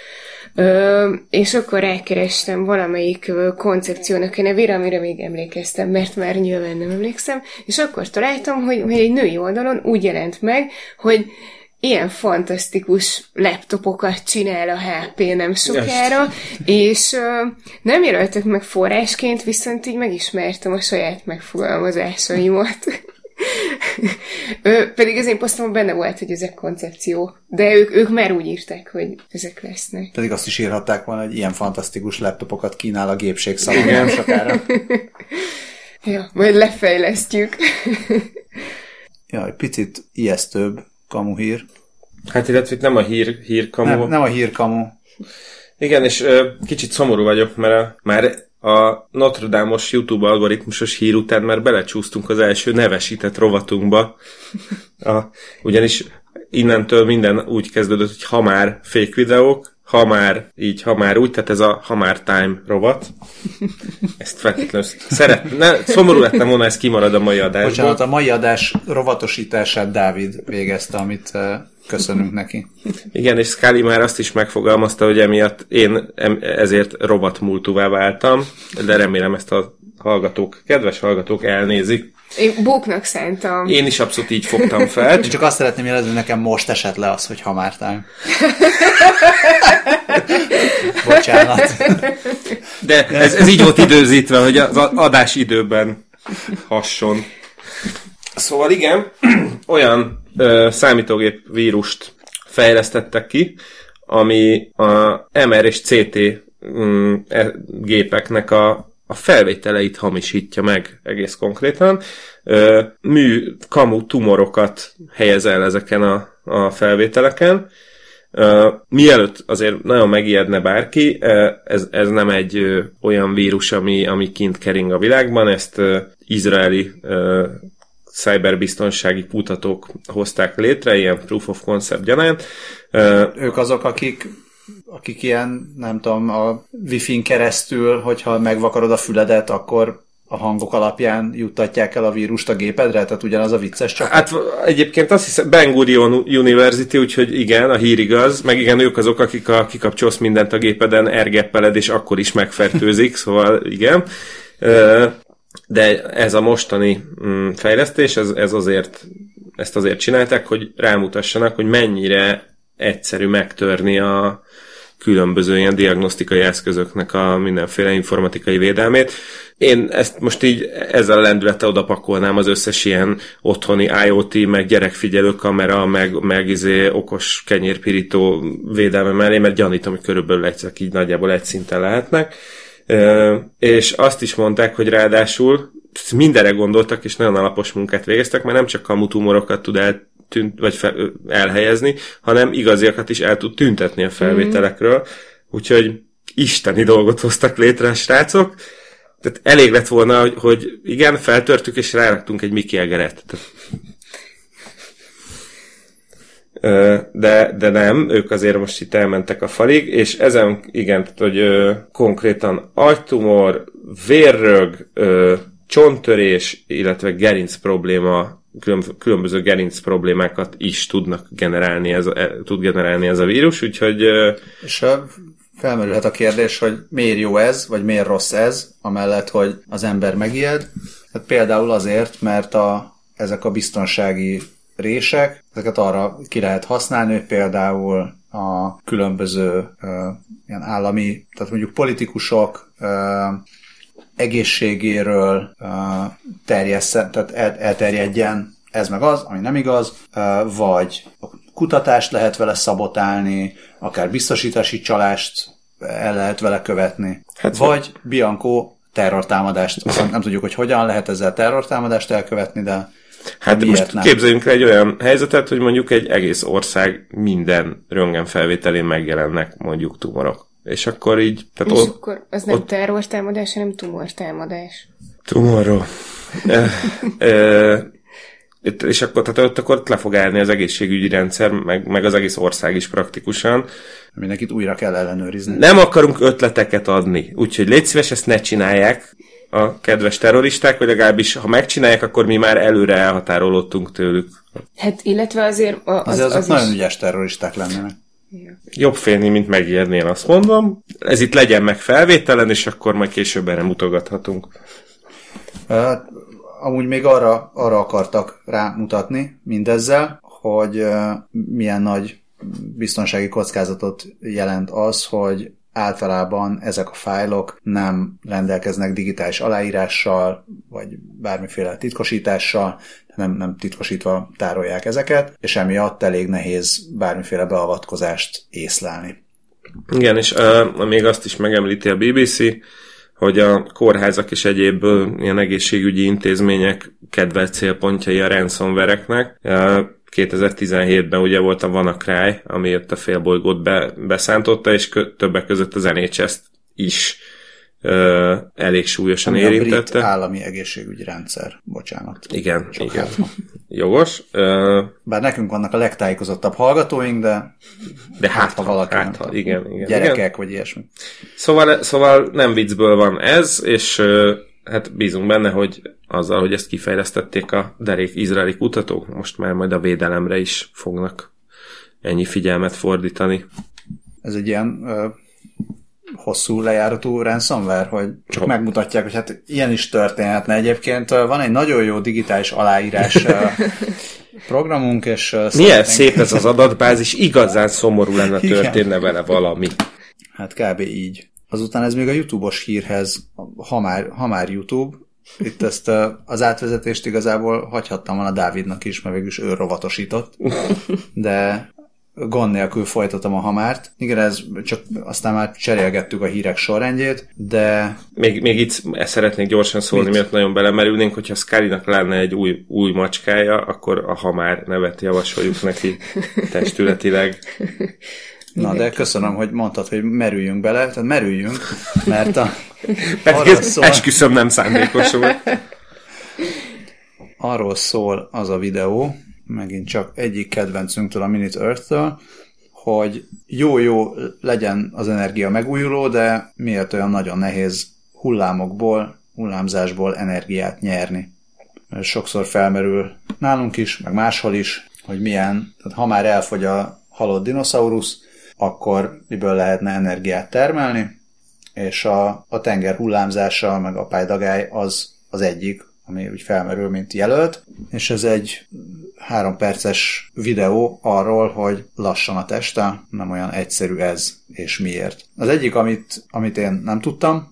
Ö, és akkor rákerestem valamelyik koncepciónak a nevére, amire még emlékeztem, mert már nyilván nem emlékszem, és akkor találtam, hogy, hogy egy női oldalon úgy jelent meg, hogy ilyen fantasztikus laptopokat csinál a há pé nem sokára, és ö, nem jelöltek meg forrásként, viszont így megismertem a saját megfogalmazásaimat. Ö, pedig az én posztomon benne volt, hogy ezek koncepció, de ők, ők már úgy írták, hogy ezek lesznek. Pedig azt is írhatták volna, hogy ilyen fantasztikus laptopokat kínál a gépségszalon nem sokára. Ja, majd lefejlesztjük. Ja, egy picit ijesztőbb kamu hír. Hát illetve itt nem a hír, hír kamu. Nem, nem a hír kamu. Igen, és ö, kicsit szomorú vagyok, mert a, már a Notre Dame-os YouTube algoritmusos hír után már belecsúsztunk az első nevesített rovatunkba. A, ugyanis innentől minden úgy kezdődött, hogy ha már fake videók, ha már így, ha már úgy, tehát ez a ha már time rovat. Ezt feltétlenül szeret, ne, szomorú lettem volna, ez kimarad a mai adásból. Bocsánat, a mai adás rovatosítását Dávid végezte, amit uh, köszönünk neki. Igen, és Scully már azt is megfogalmazta, hogy emiatt én ezért rovatmúltúvá váltam, de remélem ezt a hallgatók, kedves hallgatók elnézik. Én bóknak szántam. Én is abszolút így fogtam fel. Én csak azt szeretném jelezni, hogy nekem most esett le az, hogy ha már time. Bocsánat. De ez, ez így volt időzítve, hogy az adás időben hasson. Szóval igen, olyan ö, számítógép vírust fejlesztettek ki, ami a em er és cé té mm, gépeknek a a felvételeit hamisítja meg egész konkrétan. Mű, kamu tumorokat helyez el ezeken a, a felvételeken. Mielőtt azért nagyon megijedne bárki, ez, ez nem egy olyan vírus, ami, ami kint kering a világban, ezt izraeli cyberbiztonsági kutatók hozták létre, ilyen proof of concept gyanánt. Ők azok, akik akik ilyen, nem tudom, a Wi-Fi-n keresztül, hogyha megvakarod a füledet, akkor a hangok alapján juttatják el a vírust a gépedre? Tehát ugyanaz a vicces csak? Hát egyébként azt hiszem, Ben Gurion University, úgyhogy igen, a hír igaz, meg igen, ők azok, akik a, kikapcsolsz mindent a gépeden, ergeppeled, és akkor is megfertőzik, szóval igen. De ez a mostani fejlesztés, ez, ez azért, ezt azért csinálták, hogy rámutassanak, hogy mennyire egyszerű megtörni a különböző ilyen diagnosztikai eszközöknek a mindenféle informatikai védelmét. Én ezt most így ezzel a lendülettel odapakolnám az összes ilyen otthoni IoT, meg gyerekfigyelő kamera, meg, meg izé okos kenyérpirító védelme mellé, mert gyanítom, hogy körülbelül egyszer így nagyjából egy szinten lehetnek. És azt is mondták, hogy ráadásul mindenre gondoltak, és nagyon alapos munkát végeztek, mert nem csak kamutumorokat tud el Tűnt, vagy fe, elhelyezni, hanem igaziakat is el tud tüntetni a felvételekről. Úgyhogy isteni dolgot hoztak létre a srácok. Tehát elég lett volna, hogy, hogy igen, feltörtük, és ráraktunk egy Mickey egeret. De, de nem, ők azért most itt elmentek a falig, és ezen igen, tehát, hogy ö, konkrétan agytumor, vérrög, ö, csonttörés, illetve gerinc probléma, különböző gerinc problémákat is tudnak generálni ez a, tud generálni ez a vírus, úgyhogy... És felmerülhet a kérdés, hogy miért jó ez, vagy miért rossz ez, amellett, hogy az ember megijed. Hát például azért, mert a, ezek a biztonsági rések, ezeket arra ki lehet használni, hogy például a különböző uh, ilyen állami, tehát mondjuk politikusok uh, egészségéről uh, terjesszen, tehát el, elterjedjen ez meg az, ami nem igaz, uh, vagy kutatást lehet vele szabotálni, akár biztosítási csalást el lehet vele követni. Hát vagy Bianco terrortámadást. Aztán nem tudjuk, hogy hogyan lehet ezzel terrortámadást elkövetni, de hát most nem. Képzeljünk egy olyan helyzetet, hogy mondjuk egy egész ország minden röntgenfelvételén megjelennek mondjuk tumorok. És akkor így... Tehát és ott, akkor az nem ott... terrortámadás, hanem tumortámadás. Tumorról. e, e, és akkor, tehát ott akkor le fog állni az egészségügyi rendszer, meg, meg az egész ország is praktikusan. Mindenkit újra kell ellenőrizni. Nem akarunk ötleteket adni, úgyhogy légy szíves, ezt ne csinálják a kedves terroristák, vagy legalábbis, ha megcsinálják, akkor mi már előre elhatárolódtunk tőlük. Hát illetve azért... A, az, azért azok az nagyon is... ügyes terroristák lennének. Ja. Jobb félni, mint megijedni, én azt mondom. Ez itt legyen meg felvételen, és akkor majd később erre mutogathatunk. Hát, amúgy még arra, arra akartak rámutatni mindezzel, hogy uh, milyen nagy biztonsági kockázatot jelent az, hogy általában ezek a fájlok nem rendelkeznek digitális aláírással, vagy bármiféle titkosítással, nem, nem titkosítva tárolják ezeket, és emiatt elég nehéz bármiféle beavatkozást észlelni. Igen, és uh, még azt is megemlíti a bé bé cé, hogy a kórházak és egyéb uh, ilyen egészségügyi intézmények kedvelt célpontjai a ransomware-eknek. Uh, kétezer-tizenhétben ugye volt a WannaCry, ami jött a félbolygót be, beszántotta, és kö, többek között az en há es-t is ö, elég súlyosan ami érintette. A brit állami egészségügyi rendszer, bocsánat. Igen, Csak igen. Hát. Jogos. Ö, Bár nekünk vannak a legtájékozottabb hallgatóink, de, de hát, ha valaki, hát, ha, igen, igen. gyerekek, igen. vagy ilyesmi. Szóval, szóval nem viccből van ez, és ö, hát bízunk benne, hogy azzal, hogy ezt kifejlesztették a derék izraeli kutatók, most már majd a védelemre is fognak ennyi figyelmet fordítani. Ez egy ilyen ö, hosszú lejáratú ransomware, hogy csak oh. megmutatják, hogy hát ilyen is történhetne. Egyébként van egy nagyon jó digitális aláírás programunk, és... Milyen szeretnénk... szép ez az adatbázis, igazán szomorú lenne, történne vele valami. Hát kb. Így. Azután ez még a YouTube-os hírhez, ha már, ha már YouTube, itt ezt az átvezetést igazából hagyhattam volna Dávidnak is, mert végülis ő rovatosított, de gond nélkül folytatom a hamárt. Igen, ez csak aztán már cserélgettük a hírek sorrendjét, de... Még, még itt ezt szeretnék gyorsan szólni, miatt nagyon belemerülnénk, hogyha Scullynak lenne egy új, új macskája, akkor a hamár nevet javasoljuk neki testületileg. Na, de köszönöm, hogy mondtad, hogy merüljünk bele, tehát merüljünk, mert a... Arról szól, esküszöm, nem szándékos volt. Arról szól az a videó, megint csak egyik kedvencünktől, a Minute Earth-től, hogy jó-jó legyen az energia megújuló, de miért olyan nagyon nehéz hullámokból, hullámzásból energiát nyerni. Sokszor felmerül nálunk is, meg máshol is, hogy milyen, tehát ha már elfogy a halott dinoszaurusz, akkor miből lehetne energiát termelni, és a, a tenger hullámzása, meg a pálydagály az az egyik, ami úgy felmerül, mint jelölt, és ez egy három perces videó arról, hogy lassan a teste, nem olyan egyszerű ez, és miért. Az egyik, amit, amit én nem tudtam,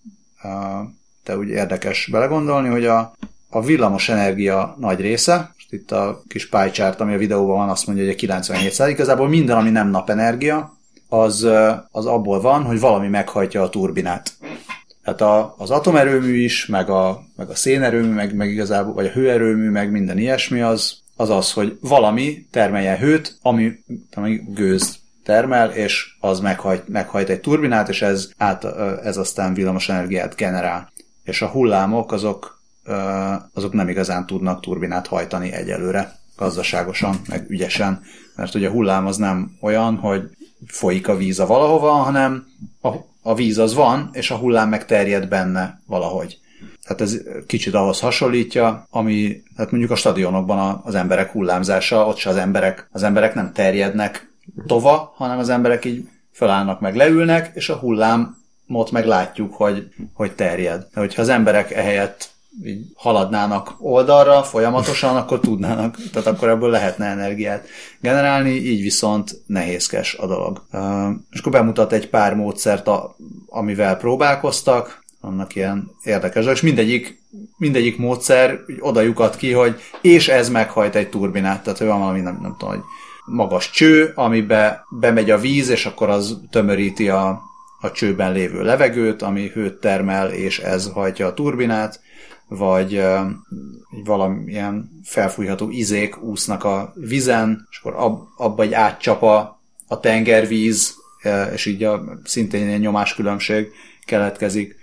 de úgy érdekes belegondolni, hogy a, a villamos energia nagy része, most itt a kis pie chart, ami a videóban van, azt mondja, hogy a kilencvenhét százalék, igazából minden, ami nem napenergia, az, az abból van, hogy valami meghajtja a turbinát. Tehát a, az atomerőmű is, meg a, meg a szénerőmű, meg, meg igazából, vagy a hőerőmű, meg minden ilyesmi az, az az, hogy valami termeljen hőt, ami, ami gőz termel, és az meghajt, meghajt egy turbinát, és ez, át, ez aztán villamos energiát generál. És a hullámok azok, azok nem igazán tudnak turbinát hajtani egyelőre, gazdaságosan, meg ügyesen, mert ugye a hullám az nem olyan, hogy folyik a víz a valahova, hanem a, a víz az van, és a hullám meg terjed benne valahogy. Tehát ez kicsit ahhoz hasonlítja, ami, hát mondjuk a stadionokban az emberek hullámzása, ott se az emberek, az emberek nem terjednek tova, hanem az emberek így felállnak meg leülnek, és a hullámot meg látjuk, hogy, hogy terjed. De hogyha az emberek ehelyett így haladnának oldalra folyamatosan, akkor tudnának, tehát akkor ebből lehetne energiát generálni, így viszont nehézkes a dolog. És akkor bemutat egy pár módszert, amivel próbálkoztak, annak ilyen érdekes, és mindegyik, mindegyik módszer oda lyukat ki, hogy és ez meghajt egy turbinát, tehát hogy van valami, nem, nem tudom, hogy magas cső, amibe bemegy a víz, és akkor az tömöríti a, a csőben lévő levegőt, ami hőt termel, és ez hajtja a turbinát, vagy uh, valamilyen felfújható izék úsznak a vízen, és akkor ab, abba egy átcsap a, a tengervíz, uh, és így a, szintén ilyen nyomáskülönbség keletkezik.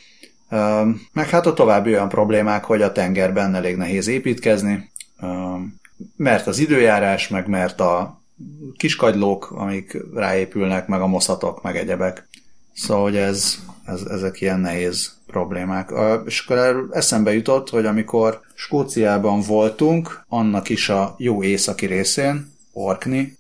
Uh, meg hát a további olyan problémák, hogy a tengerben elég nehéz építkezni, uh, mert az időjárás, meg mert a kiskagylók, amik ráépülnek, meg a moszatok, meg egyebek. Szóval, hogy ez, ez, ezek ilyen nehéz problémák. És akkor eszembe jutott, hogy amikor Skóciában voltunk, annak is a jó északi részén, Orkney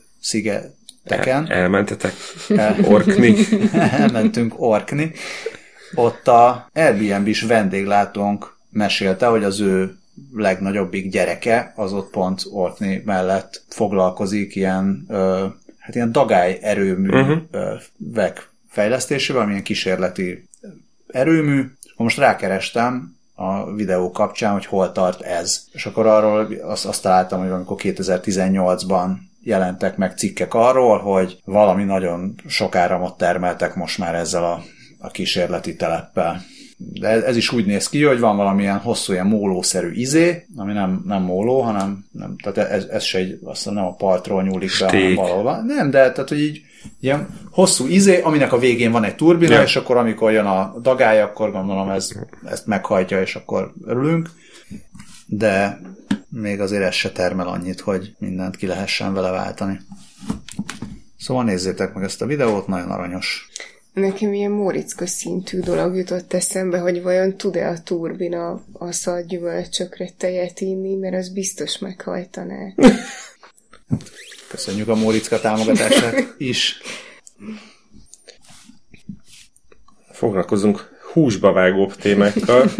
szigeteken. El, elmentetek el, Orkney. Elmentünk Orkney. Ott a Airbnb-s vendéglátónk mesélte, hogy az ő legnagyobbik gyereke, az ott pont Orkney mellett foglalkozik ilyen, ö, hát ilyen dagály erőművek uh-huh. fejlesztésével, amilyen kísérleti erőmű. Most rákerestem a videó kapcsán, hogy hol tart ez. És akkor arról azt, azt találtam, hogy amikor kétezer-tizennyolcban jelentek meg cikkek arról, hogy valami nagyon sok áramot termeltek most már ezzel a, a kísérleti teleppel. de ez, ez is úgy néz ki, hogy van valamilyen hosszú, ilyen mólószerű izé, ami nem, nem móló, hanem nem, tehát ez, ez se egy, azt nem a partról nyúlik be, hanem valahol. Nem, de tehát, hogy így ilyen hosszú izé, aminek a végén van egy turbina, ja. És akkor amikor jön a dagály, akkor gondolom ez, ezt meghajtja, és akkor örülünk. De még azért ez se termel annyit, hogy mindent ki lehessen vele váltani. Szóval nézzétek meg ezt a videót, nagyon aranyos. Nekem ilyen Móriczka szintű dolog jutott eszembe, hogy vajon tud-e a turbina a szalgyümölcsökre tejet inni, mert az biztos meghajtaná. Köszönjük a Móriczka támogatását is. Foglalkozunk húsba vágóbb témákkal.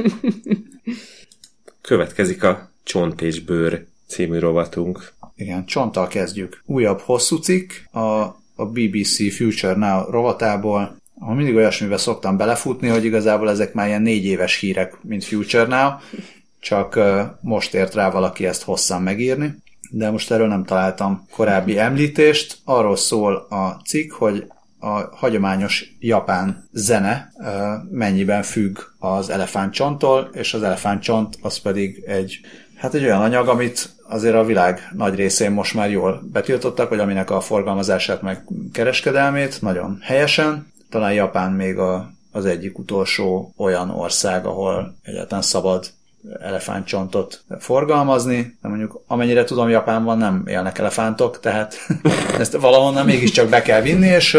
Következik a Csont és bőr című rovatunk. Igen, csonttal kezdjük. Újabb hosszú cikk a, a bé bé cé Future Now rovatából, ahol mindig olyasmivel szoktam belefutni, hogy igazából ezek már ilyen négy éves hírek, mint Future Now, csak uh, most ért rá valaki ezt hosszan megírni, de most erről nem találtam korábbi említést. Arról szól a cikk, hogy a hagyományos japán zene uh, mennyiben függ az elefántcsonttól, és az elefántcsont az pedig egy, hát egy olyan anyag, amit azért a világ nagy részén most már jól betiltottak, vagy aminek a forgalmazását meg kereskedelmét nagyon helyesen. Talán Japán még a, az egyik utolsó olyan ország, ahol egyáltalán szabad elefántcsontot forgalmazni, de mondjuk amennyire tudom, Japánban nem élnek elefántok, tehát ezt valahonnan mégiscsak be kell vinni, és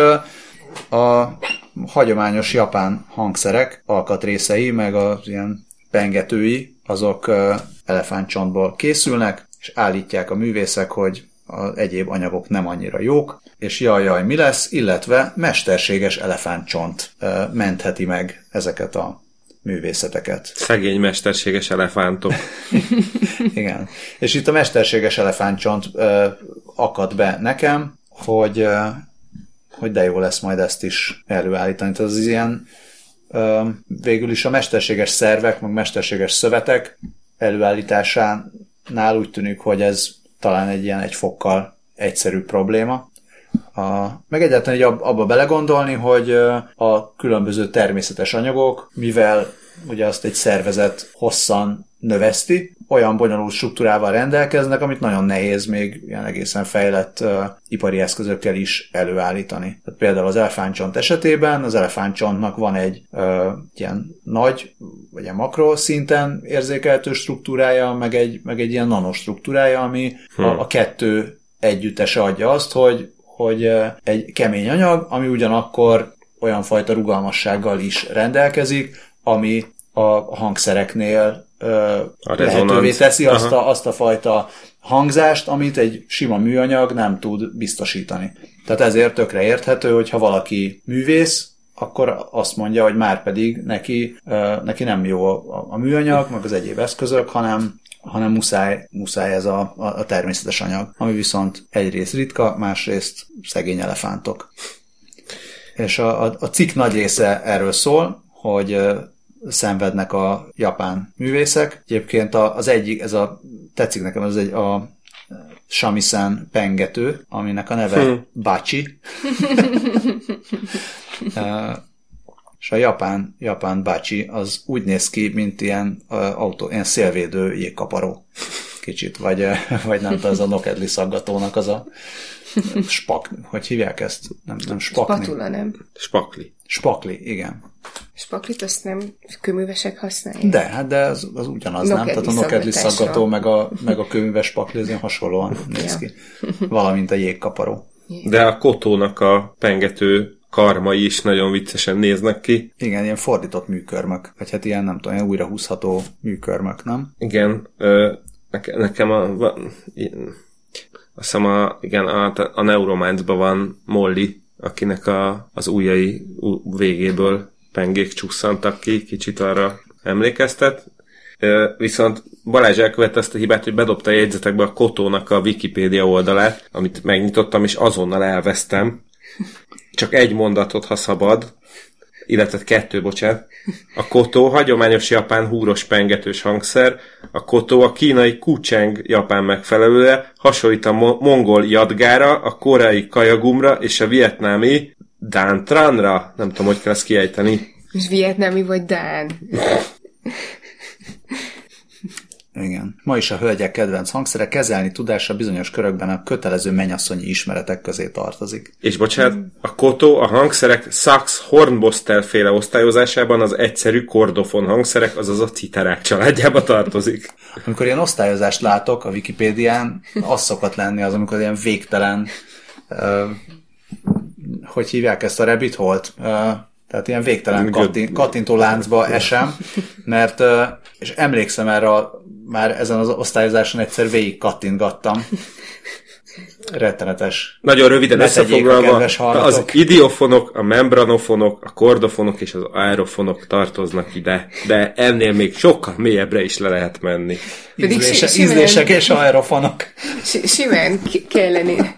a hagyományos japán hangszerek alkatrészei, meg az ilyen pengetői, azok elefántcsontból készülnek, és állítják a művészek, hogy az egyéb anyagok nem annyira jók, és jaj-jaj, mi lesz, illetve mesterséges elefántcsont mentheti meg ezeket a művészeteket. Szegény mesterséges elefántok. Igen. És itt a mesterséges elefántcsont ö, akad be nekem, hogy, ö, hogy de jó lesz majd ezt is előállítani. Tehát az ilyen ö, végül is a mesterséges szervek, meg mesterséges szövetek előállításánál úgy tűnik, hogy ez talán egy ilyen egy fokkal egyszerűbb probléma. A, meg egyáltalán így abba belegondolni, hogy a különböző természetes anyagok, mivel ugye azt egy szervezet hosszan növeszti, olyan bonyolult struktúrával rendelkeznek, amit nagyon nehéz még ilyen egészen fejlett uh, ipari eszközökkel is előállítani. Tehát például az elefántcsont esetében az elefántcsontnak van egy uh, ilyen nagy, vagy ilyen makro szinten érzékelhető struktúrája, meg egy, meg egy ilyen nanostruktúrája, ami hmm. a, a kettő együttese adja azt, hogy hogy egy kemény anyag, ami ugyanakkor olyan fajta rugalmassággal is rendelkezik, ami a hangszereknél a lehetővé teszi azt a, azt a fajta hangzást, amit egy sima műanyag nem tud biztosítani. Tehát ezért tökre érthető, hogyha valaki művész, akkor azt mondja, hogy már pedig neki, neki nem jó a műanyag, meg az egyéb eszközök, hanem hanem muszáj, muszáj ez a, a természetes anyag, ami viszont egyrészt ritka, másrészt szegény elefántok. És a, a, a cikk nagy része erről szól, hogy uh, szenvednek a japán művészek. Egyébként az egyik, ez a, tetszik nekem, ez egy a shamisen pengető, aminek a neve hmm. Bachi. uh, és a japán, japán bácsi az úgy néz ki, mint ilyen, uh, autó, ilyen szélvédő jégkaparó. Kicsit, vagy, uh, vagy nem tudom, az a nokedli szaggatónak az a spak, hogy hívják ezt? Nem, nem spakni. Spatula, nem? Spakli. Spakli, igen. Spaklit azt nem kőművesek használják? De, hát de az, az ugyanaz, nokedli nem? Tehát a nokedli szaggató meg a, meg a kőműves spakli az ilyen hasonlóan néz ki. Valamint a jégkaparó. De a kotónak a pengető karmai is nagyon viccesen néznek ki. Igen, ilyen fordított műkörmök. Vagy hát ilyen, nem tudom, ilyen újrahúzható műkörmök, nem? Igen. Ö, neke, nekem a... Va, ilyen, azt hiszem a, igen, a, a Neurominds-ban van Molly, akinek a, az ujjai végéből pengék csusszantak ki, kicsit arra emlékeztet. Ö, viszont Balázs elkövette ezt a hibát, hogy bedobta a jegyzetekbe a Kotónak a Wikipédia oldalát, amit megnyitottam, és azonnal elvesztem. Csak egy mondatot, ha szabad, illetve kettő, bocsánat. A kotó hagyományos japán húros pengetős hangszer, a kotó a kínai kucheng japán megfelelője, hasonlít a mo- mongol jadgára, a koreai kajagumra és a vietnámi dantranra, nem tudom, hogy kell ezt kiejteni. És vietnámi vagy dán. Igen. Ma is a hölgyek kedvenc hangszere, kezelni tudása bizonyos körökben a kötelező mennyasszonyi ismeretek közé tartozik. És bocsánat, a kotó a hangszerek Sax-Hornbostel féle osztályozásában az egyszerű kordofon hangszerek, azaz a citerák családjába tartozik. Amikor ilyen osztályozást látok a Wikipédián, az szokott lenni az, amikor ilyen végtelen, uh, hogy hívják ezt a rabbit hole-t? Uh, tehát ilyen végtelen kattin, kattintó láncba esem, mert, uh, és emlékszem erre, már ezen az osztályozáson egyszer végig kattintgattam. Rettenetes. Nagyon röviden összefoglalva, az idiofonok, a membranofonok, a kordofonok és az aerofonok tartoznak ide, de ennél még sokkal mélyebbre is le lehet menni. Ízlése, si- ízlések és aerofonok. Si- simán kellene.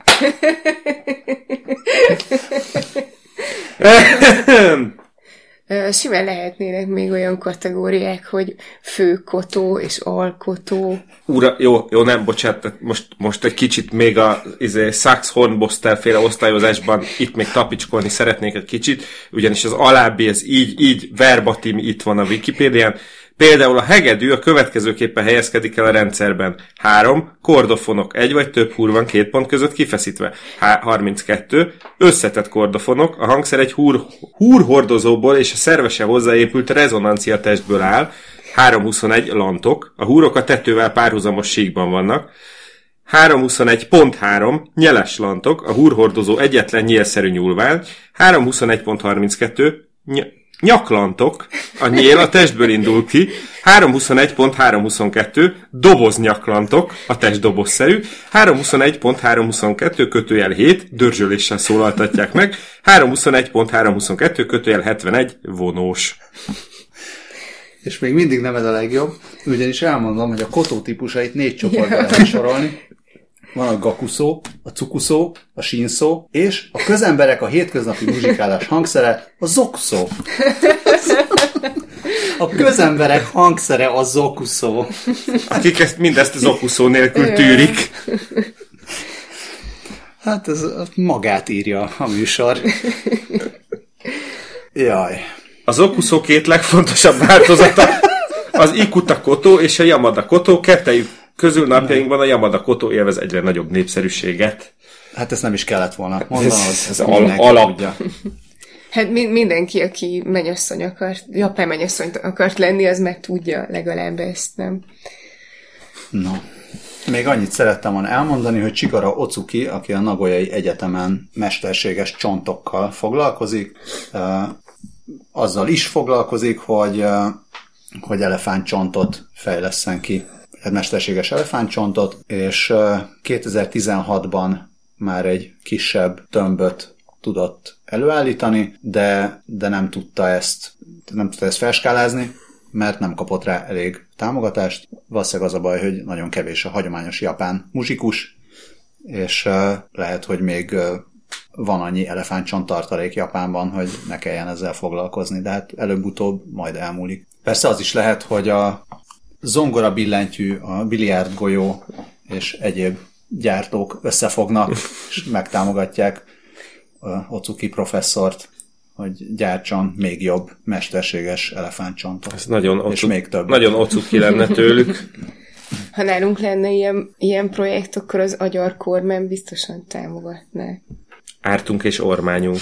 Simán lehetnének még olyan kategóriák, hogy főkotó és alkotó. Ura, jó, jó, nem, bocsánat, most, most egy kicsit még a izé, Sax-Hornbostel féle osztályozásban itt még tapicskolni szeretnék egy kicsit, ugyanis az alábbi, ez így, így verbatim itt van a Wikipédián. Például a hegedű a következőképpen helyezkedik el a rendszerben. három. Kordofonok, egy vagy több húr van két pont között kifeszítve. harminckettő. Összetett kordofonok, a hangszer egy húr, húrhordozóból és a szervese hozzáépült rezonancia testből áll. háromszázhuszonegy. Lantok, a húrok a tetővel párhuzamos síkban vannak. háromszázhuszonegy pont három. Nyeles lantok, a húrhordozó egyetlen nyélszerű nyúlvány. háromszázhuszonegy pont harminckettő. Ny- Nyaklantok, a nyél a testből indul ki, háromszázhuszonegy pont háromszázhuszonkettő, doboznyaklantok, a test dobozszerű, háromszázhuszonegy pont háromszázhuszonkettő kötőjel hét, dörzsöléssel szólaltatják meg, háromszázhuszonegy pont háromszázhuszonkettő kötőjel hetvenegy, vonós. És még mindig nem ez a legjobb, ugyanis elmondom, hogy a kotó típusait négy csoportba lehet sorolni. Van a gakuszó, a cukuszó, a sínszó, és a közemberek a hétköznapi muzsikálás hangszere a zokuszó. A közemberek hangszere a zokuszó. Akik ezt, mindezt a zokuszó nélkül tűrik. Hát ez magát írja a műsor. Jaj. A zokuszó két legfontosabb változata az Ikuta kotó és a Yamada kotó, kettejük közül napjainkban a Yamada kotó élvez egyre nagyobb népszerűséget. Hát ezt nem is kellett volna mondanod. Ez, ez al- alap. Hát mi- mindenki, aki mennyasszony akart, japán mennyasszonyt akart lenni, az meg tudja legalább ezt, nem? No. Még annyit szerettem volna elmondani, hogy Chikara Otsuki, aki a Nagoyai Egyetemen mesterséges csontokkal foglalkozik, azzal is foglalkozik, hogy, hogy elefántcsontot fejlesszen ki, mesterséges elefántcsontot, és kétezer-tizenhatban már egy kisebb tömböt tudott előállítani, de, de nem tudta ezt nem tudta ezt felskálázni, mert nem kapott rá elég támogatást. Valószínűleg az a baj, hogy nagyon kevés a hagyományos japán muzsikus, és lehet, hogy még van annyi elefántcsont tartalék Japánban, hogy ne kelljen ezzel foglalkozni, de hát előbb-utóbb majd elmúlik. Persze az is lehet, hogy a zongora billentyű, a biliárdgolyó és egyéb gyártók összefognak, és megtámogatják Otsuki professzort, hogy gyártson még jobb mesterséges elefántcsontot. Ez nagyon és ocu- még több. Nagyon Otsuki lenne tőlük. Ha nálunk lenne ilyen, ilyen projekt, akkor az agyar kormány biztosan támogatná. Ártunk és ormányunk.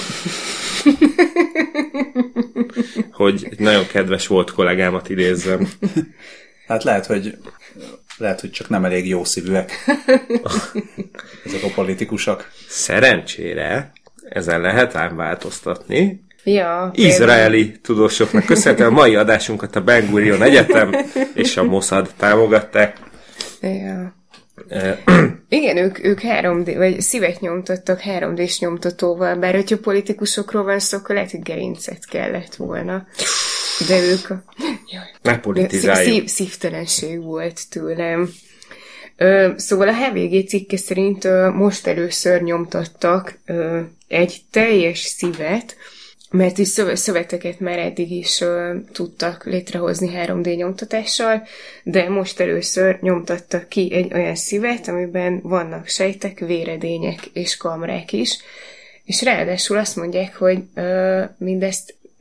Hogy egy nagyon kedves volt kollégámat idézzem. Hát lehet, hogy lehet, hogy csak nem elég jó szívűek ezek a politikusok. Szerencsére ezen lehet ám változtatni. Ja, Izraeli például tudósoknak köszönhetően a mai adásunkat a Ben Gurion Egyetem és a Mossad támogatták. Ja. Igen, ők, ők három dé, vagy szívet nyomtattak három dés nyomtatóval, bár hogyha politikusokról van szó, akkor lehet, hogy gerincet kellett volna. De ők a... Ne politizáljuk. Szív, szívtelenség volt tőlem. Ö, szóval a há vé gé cikke szerint ö, most először nyomtattak ö, egy teljes szívet, mert is szöveteket már eddig is ö, tudtak létrehozni három dé nyomtatással, de most először nyomtattak ki egy olyan szívet, amiben vannak sejtek, véredények és kamrák is, és ráadásul azt mondják, hogy ö, mindezt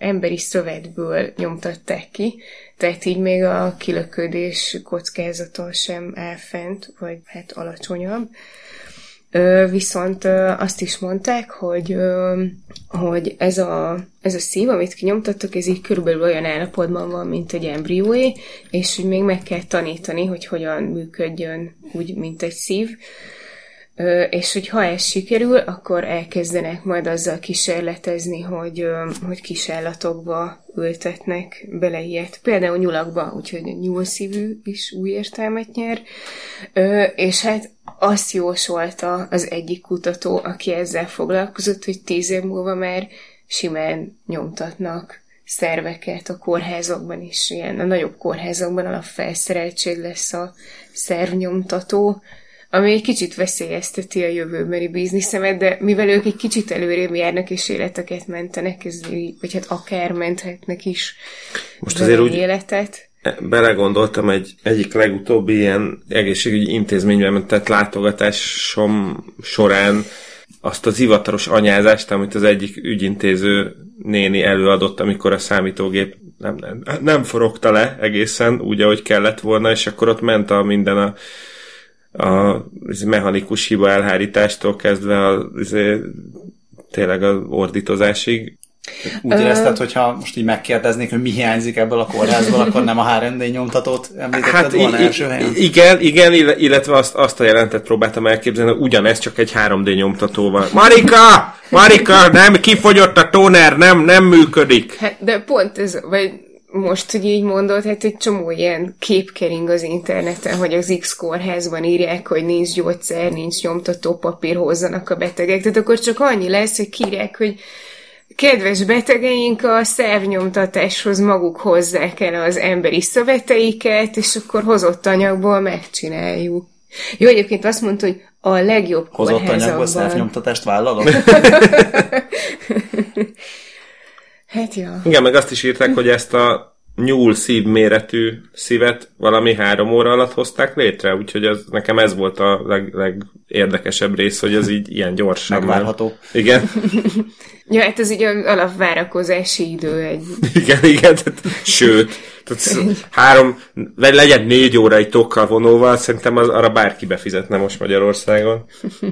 emberi szövetből nyomtatták ki, tehát így még a kilöködés kockázaton sem áll fent, vagy hát alacsonyabb. Ö, viszont ö, azt is mondták, hogy, ö, hogy ez, a, ez a szív, amit kinyomtattak, ez így körülbelül olyan állapotban van, mint egy embrióé, és hogy még meg kell tanítani, hogy hogyan működjön úgy, mint egy szív. Ö, és hogy ha ez sikerül, akkor elkezdenek majd azzal kísérletezni, hogy, ö, hogy kisállatokba ültetnek bele ilyet. Például nyulakba, úgyhogy a nyúlszívű is új értelmet nyer. Ö, és hát azt jósolta az egyik kutató, aki ezzel foglalkozott, hogy tíz év múlva már simán nyomtatnak szerveket a kórházakban is. Ilyen a nagyobb kórházakban alapfelszereltség lesz a szervnyomtató, ami egy kicsit veszélyezteti a jövőbeli bizniszemet, de mivel ők egy kicsit előrébb járnak és életeket mentenek, ez, vagy hát akár menthetnek is most azért úgy életet. Belegondoltam egy egyik legutóbbi ilyen egészségügyi intézményben tett látogatásom során azt az hivatalos anyázást, amit az egyik ügyintéző néni előadott, amikor a számítógép nem, nem, nem forogta le egészen úgy, ahogy kellett volna, és akkor ott ment a minden a a mechanikus hiba elhárítástól kezdve a, az, tényleg az ordítozásig. Úgy érezted, hogyha most így megkérdeznék, hogy mi hiányzik ebből a kórházból, akkor nem a há er dé nyomtatót említetted hát volna i- első helyen? Igen, igen, illetve azt, azt a jelentet próbáltam elképzelni, hogy ugyanez csak egy három dé nyomtatóval. Marika! Marika! Nem, kifogyott a tóner, nem, nem működik. Hát, de pont ez, vagy most, hogy így mondod, hát egy csomó ilyen kép kering az interneten, hogy az X kórházban írják, hogy nincs gyógyszer, nincs nyomtató papír, hozzanak a betegek. Tehát akkor csak annyi lesz, hogy kírják, hogy kedves betegeink, a szervnyomtatáshoz maguk hozzák el az emberi szöveteiket, és akkor hozott anyagból megcsináljuk. Jó, egyébként azt mondta, hogy a legjobb hozott kórházakban... Hozott anyagból szervnyomtatást vállalod? Hát ja. Igen, meg azt is írták, hogy ezt a nyúl szív méretű szívet valami három óra alatt hozták létre, úgyhogy az, nekem ez volt a leg, legérdekesebb rész, hogy ez így ilyen gyorsan. Megvárható. Igen. Ja, hát ez így az alapvárakozási idő egy... Igen, igen, tehát, sőt, tehát három, vagy legyen négy óra egy tokkal vonóval, szerintem az, arra bárki befizetne most Magyarországon.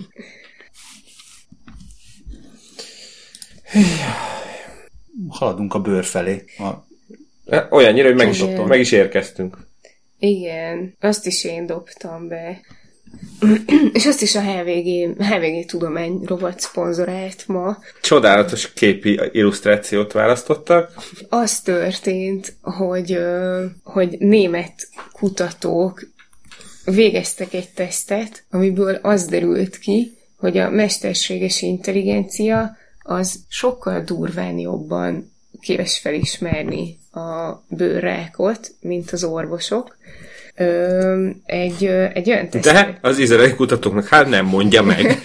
Haladunk a bőr felé. A... Olyannyira, hogy meg is, meg is érkeztünk. Igen, azt is én dobtam be. És azt is a há vé gé, há vé gé tudomány rovat szponzorált ma. Csodálatos képi illusztrációt választottak. Az történt, hogy, hogy német kutatók végeztek egy tesztet, amiből az derült ki, hogy a mesterséges intelligencia az sokkal durván jobban képes felismerni a bőrrákot, mint az orvosok. Ö, egy, egy olyan tesztet... De az izraeli kutatóknak hát nem mondja meg.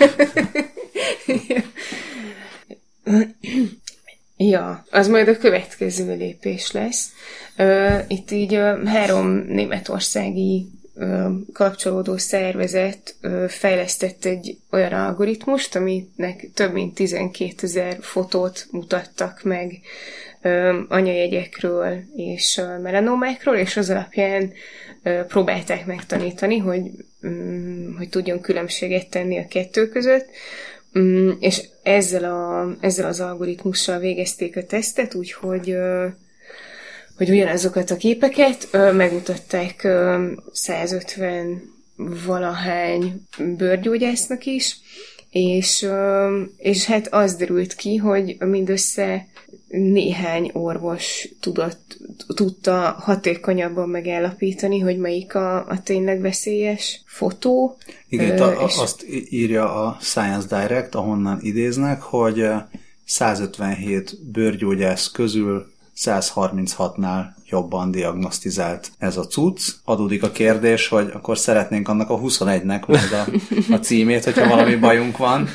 Ja, az majd a következő lépés lesz. Ö, itt így ö, három németországi ö, kapcsolódó szervezet ö, fejlesztett egy olyan algoritmust, aminek több mint tizenkétezer fotót mutattak meg ö, anyajegyekről és ö, melanomákról, és az alapján ö, próbálták megtanítani, hogy, mm, hogy tudjon különbséget tenni a kettő között. Mm, és ezzel, a, ezzel az algoritmussal végezték a tesztet, úgyhogy ö, hogy ugyanazokat a képeket ö, megmutatták ö, százötven valahány bőrgyógyásznak is, és, ö, és hát az derült ki, hogy mindössze néhány orvos tudott, tudta hatékonyabban megállapítani, hogy melyik a, a tényleg veszélyes fotó. Igen, ö, a, és... azt írja a Science Direct, ahonnan idéznek, hogy százötvenhét bőrgyógyász közül száz harminchatnál jobban diagnosztizált ez a cucc. Adódik a kérdés, hogy akkor szeretnénk annak a huszonegynek majd a, a címét, hogyha valami bajunk van.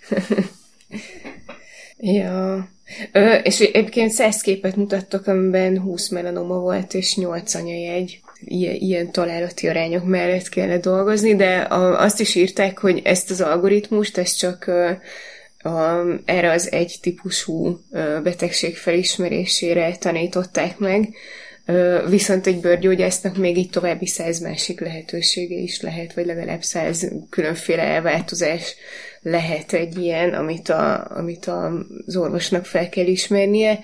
Ja. Ö, és egyébként száz képet mutattak, amiben húsz melanoma volt, és nyolc anyajegy. Ilyen, ilyen találati arányok mellett kellett dolgozni, de a, azt is írták, hogy ezt az algoritmust, ezt csak ö, a, erre az egy típusú betegség felismerésére tanították meg, viszont egy bőrgyógyásznak még így további száz másik lehetősége is lehet, vagy legalább száz különféle elváltozás lehet egy ilyen, amit, a, amit az orvosnak fel kell ismernie,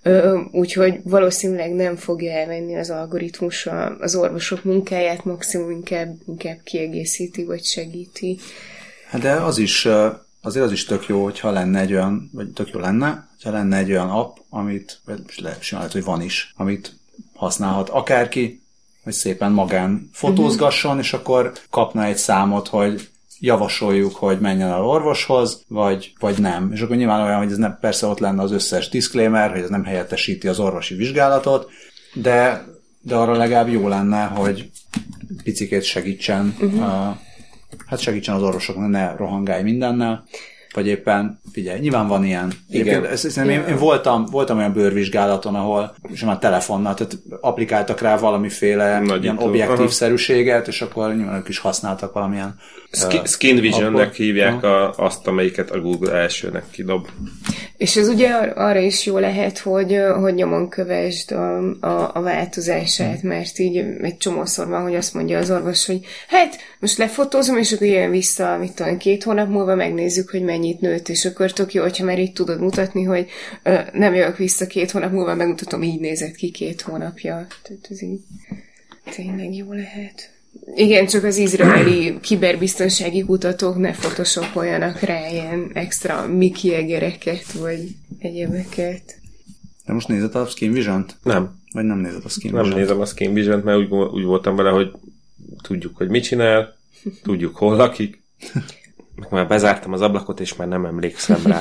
úgyhogy valószínűleg nem fogja elvenni az algoritmus az orvosok munkáját, maximum inkább, inkább kiegészíti, vagy segíti. Hát de az is, azért az is tök jó, hogyha lenne egy olyan, vagy tök jó lenne, hogyha lenne egy olyan app, amit, vagy lehet, hogy van is, amit használhat akárki, hogy szépen magán fotózgasson, uh-huh. és akkor kapna egy számot, hogy javasoljuk, hogy menjen el orvoshoz, vagy, vagy nem. És akkor nyilván olyan, hogy ez nem, persze ott lenne az összes disclaimer, hogy ez nem helyettesíti az orvosi vizsgálatot, de, de arra legalább jó lenne, hogy picikét segítsen, uh-huh. uh, hát segítsen az orvosoknak, ne rohangálj mindennel, vagy éppen, figyelj, nyilván van ilyen. Igen. Ezt, ezt, én, én voltam, voltam olyan bőrvizsgálaton, ahol és már telefonnal, tehát applikáltak rá valamiféle ilyen objektívszerűséget, és akkor nyilván ők is használtak valamilyen Skin, uh, Skin Vision-nek hívják a, azt, amelyiket a Google elsőnek kidob. És ez ugye arra is jó lehet, hogy, hogy nyomon kövesd a, a, a változását, mert így egy csomószor van, hogy azt mondja az orvos, hogy hát most lefotózom, és akkor jön vissza, mit tudom, két hónap múlva megnézzük, hogy mennyit nőtt, és akkor tök jó, hogyha már így tudod mutatni, hogy ö, nem jövök vissza két hónap múlva, megmutatom, így nézett ki két hónapja. Tehát ez így tényleg jó lehet. Igen, csak az izraeli kiberbiztonsági kutatók ne photoshopoljanak rá ilyen extra Mickey egereket, vagy egyebeket. De most nézed a Skin Vision-t? Nem. Vagy nem nézed a Skin nem Vision-t? Nem nézem a Skin Vision-t, mert úgy, úgy voltam vele, hogy tudjuk, hogy mit csinál, tudjuk, hol lakik. Már bezártam az ablakot, és már nem emlékszem rá.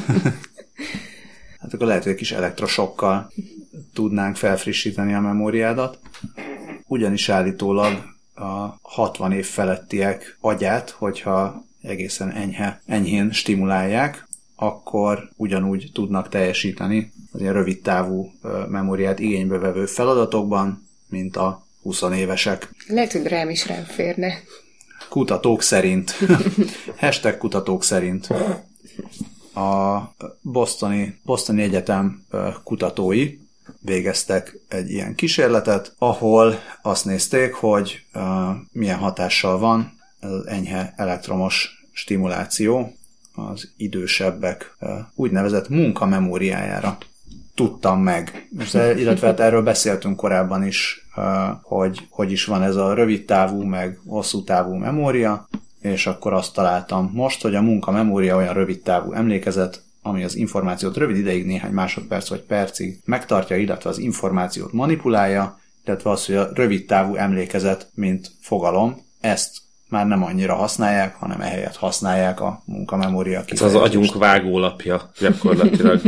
Hát akkor lehet, hogy egy kis elektrosokkal tudnánk felfrissíteni a memóriádat. Ugyanis állítólag a hatvan év felettiek agyát, hogyha egészen enyhe, enyhén stimulálják, akkor ugyanúgy tudnak teljesíteni az ilyen rövid távú memóriát igénybe vevő feladatokban, mint a húsz évesek. Lehet, hogy rám is rám férne. Kutatók szerint. Hashtag kutatók szerint. A Bostoni, Bostoni Egyetem kutatói végeztek egy ilyen kísérletet, ahol azt nézték, hogy uh, milyen hatással van az enyhe elektromos stimuláció az idősebbek uh, úgynevezett munkamemóriájára. Tudtam meg. Illetve hát erről beszéltünk korábban is, uh, hogy hogy is van ez a rövid távú, meg hosszú távú memória, és akkor azt találtam most, hogy a munkamemória olyan rövid távú emlékezet, ami az információt rövid ideig, néhány másodperc vagy percig megtartja, illetve az információt manipulálja, illetve az, hogy a rövid távú emlékezet, mint fogalom, ezt már nem annyira használják, hanem ehelyett használják a munkamemória kifejezést. Ez az agyunk vágólapja gyakorlatilag.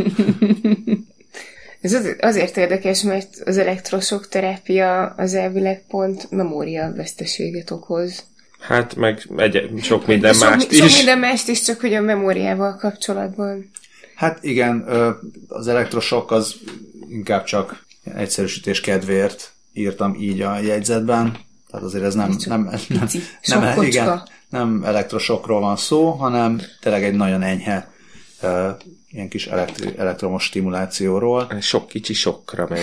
Ez azért érdekes, mert az elektrosok terápia az elvileg pont memóriaveszteséget okoz. Hát meg egy, sok minden sok, mást sok is. Sok minden mást is, csak hogy a memóriával kapcsolatban. Hát igen, az elektrosok az inkább csak egyszerűsítés kedvéért írtam így a jegyzetben. Tehát azért ez nem, nem, nem, nem, igen, nem elektrosokról van szó, hanem tényleg egy nagyon enyhe ilyen kis elektri, elektromos stimulációról. Sok kicsi sokkra megy.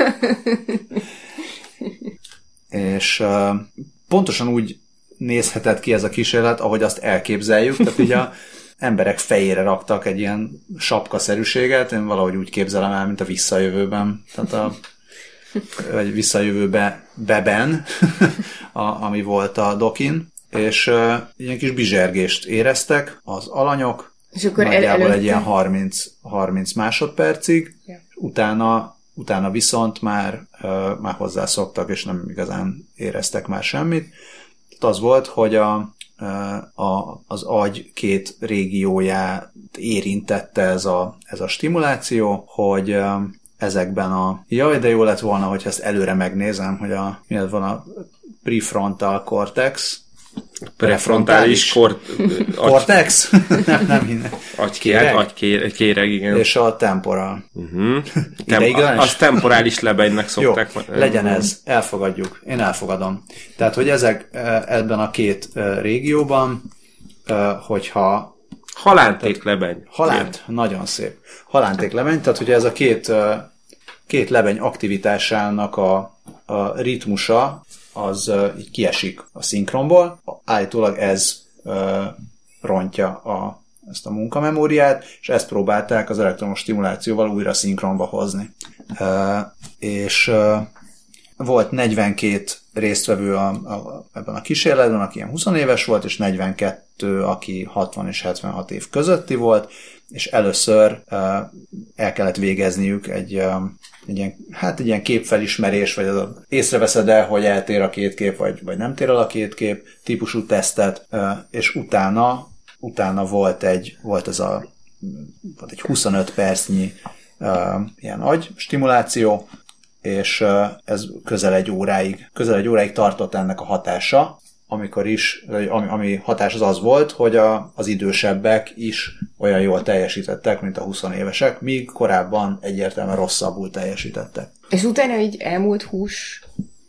És pontosan úgy nézhetett ki ez a kísérlet, ahogy azt elképzeljük. Tehát így a emberek fejére raktak egy ilyen sapkaszerűséget, én valahogy úgy képzelem el, mint a Visszajövőben. Tehát a vagy Visszajövőbe beben, a, ami volt a dokin, és uh, ilyen kis bizsergést éreztek az alanyok, és akkor nagyjából el- egy ilyen harminc, harminc másodpercig, ja. utána, utána viszont már, uh, már hozzászoktak, és nem igazán éreztek már semmit. Tehát az volt, hogy a, a, az agy két régióját érintette ez a, ez a stimuláció, hogy uh, ezekben a... Jaj, de jó lett volna, hogyha ezt előre megnézem, hogy a... Milyen van a prefrontal cortex? Prefrontális kort... Cortex? nem, nem hinne. Agykéreg, agykéreg, igen. És a temporal. Uh-huh. Tem- az temporális lebegynek szokták. Jó, legyen ez. Elfogadjuk. Én elfogadom. Tehát, hogy ezek ebben a két régióban, hogyha Halántéklebeny. Halánt, igen. Nagyon szép. Halántéklebeny, tehát ugye ez a két, két lebeny aktivitásának a, a ritmusa az így kiesik a szinkronból. Állítólag ez rontja a, ezt a munkamemóriát, és ezt próbálták az elektromos stimulációval újra szinkronba hozni. És volt negyvenkét résztvevő a, a, ebben a kísérletben, aki ilyen húsz éves volt, és negyvenkettő, aki hatvan és hetvenhat év közötti volt, és először uh, el kellett végezniük egy, um, egy, ilyen, hát egy ilyen képfelismerés, vagy az, észreveszed el, hogy eltér a két kép, vagy, vagy nem tér el a két kép típusú tesztet, uh, és utána, utána volt egy, volt ez a volt egy huszonöt percnyi uh, ilyen agy stimuláció, és ez közel egy óráig, közel egy óráig tartott ennek a hatása, amikor is, ami, ami hatás az az volt, hogy a, az idősebbek is olyan jól teljesítettek, mint a húsz évesek, míg korábban egyértelműen rosszabbul teljesítettek. És utána így elmúlt hús?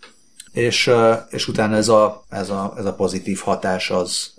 És, és utána ez a, ez, a, ez a pozitív hatás az,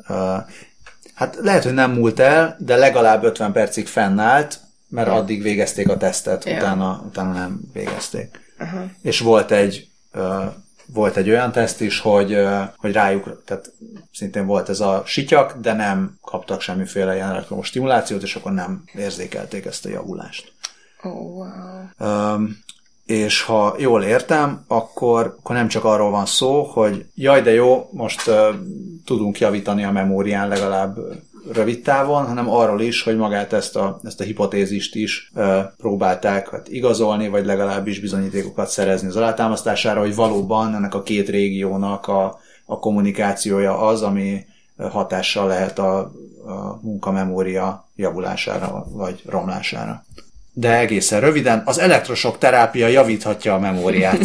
hát lehet, hogy nem múlt el, de legalább ötven percig fennállt, mert ja. addig végezték a tesztet, ja. utána, utána nem végezték. Aha. És volt egy, uh, volt egy olyan teszt is, hogy, uh, hogy rájuk, tehát szintén volt ez a sityak, de nem kaptak semmiféle ilyen elektromos stimulációt, és akkor nem érzékelték ezt a javulást. Oh, wow. Um, és ha jól értem, akkor, akkor nem csak arról van szó, hogy jaj, de jó, most uh, tudunk javítani a memórián legalább rövid távon, hanem arról is, hogy magát ezt a, ezt a hipotézist is uh, próbálták hát igazolni, vagy legalábbis bizonyítékokat szerezni az alátámasztására, hogy valóban ennek a két régiónak a, a kommunikációja az, ami hatással lehet a, a munkamemória javulására, vagy romlására. De egészen röviden, az elektrosok terápia javíthatja a memóriát.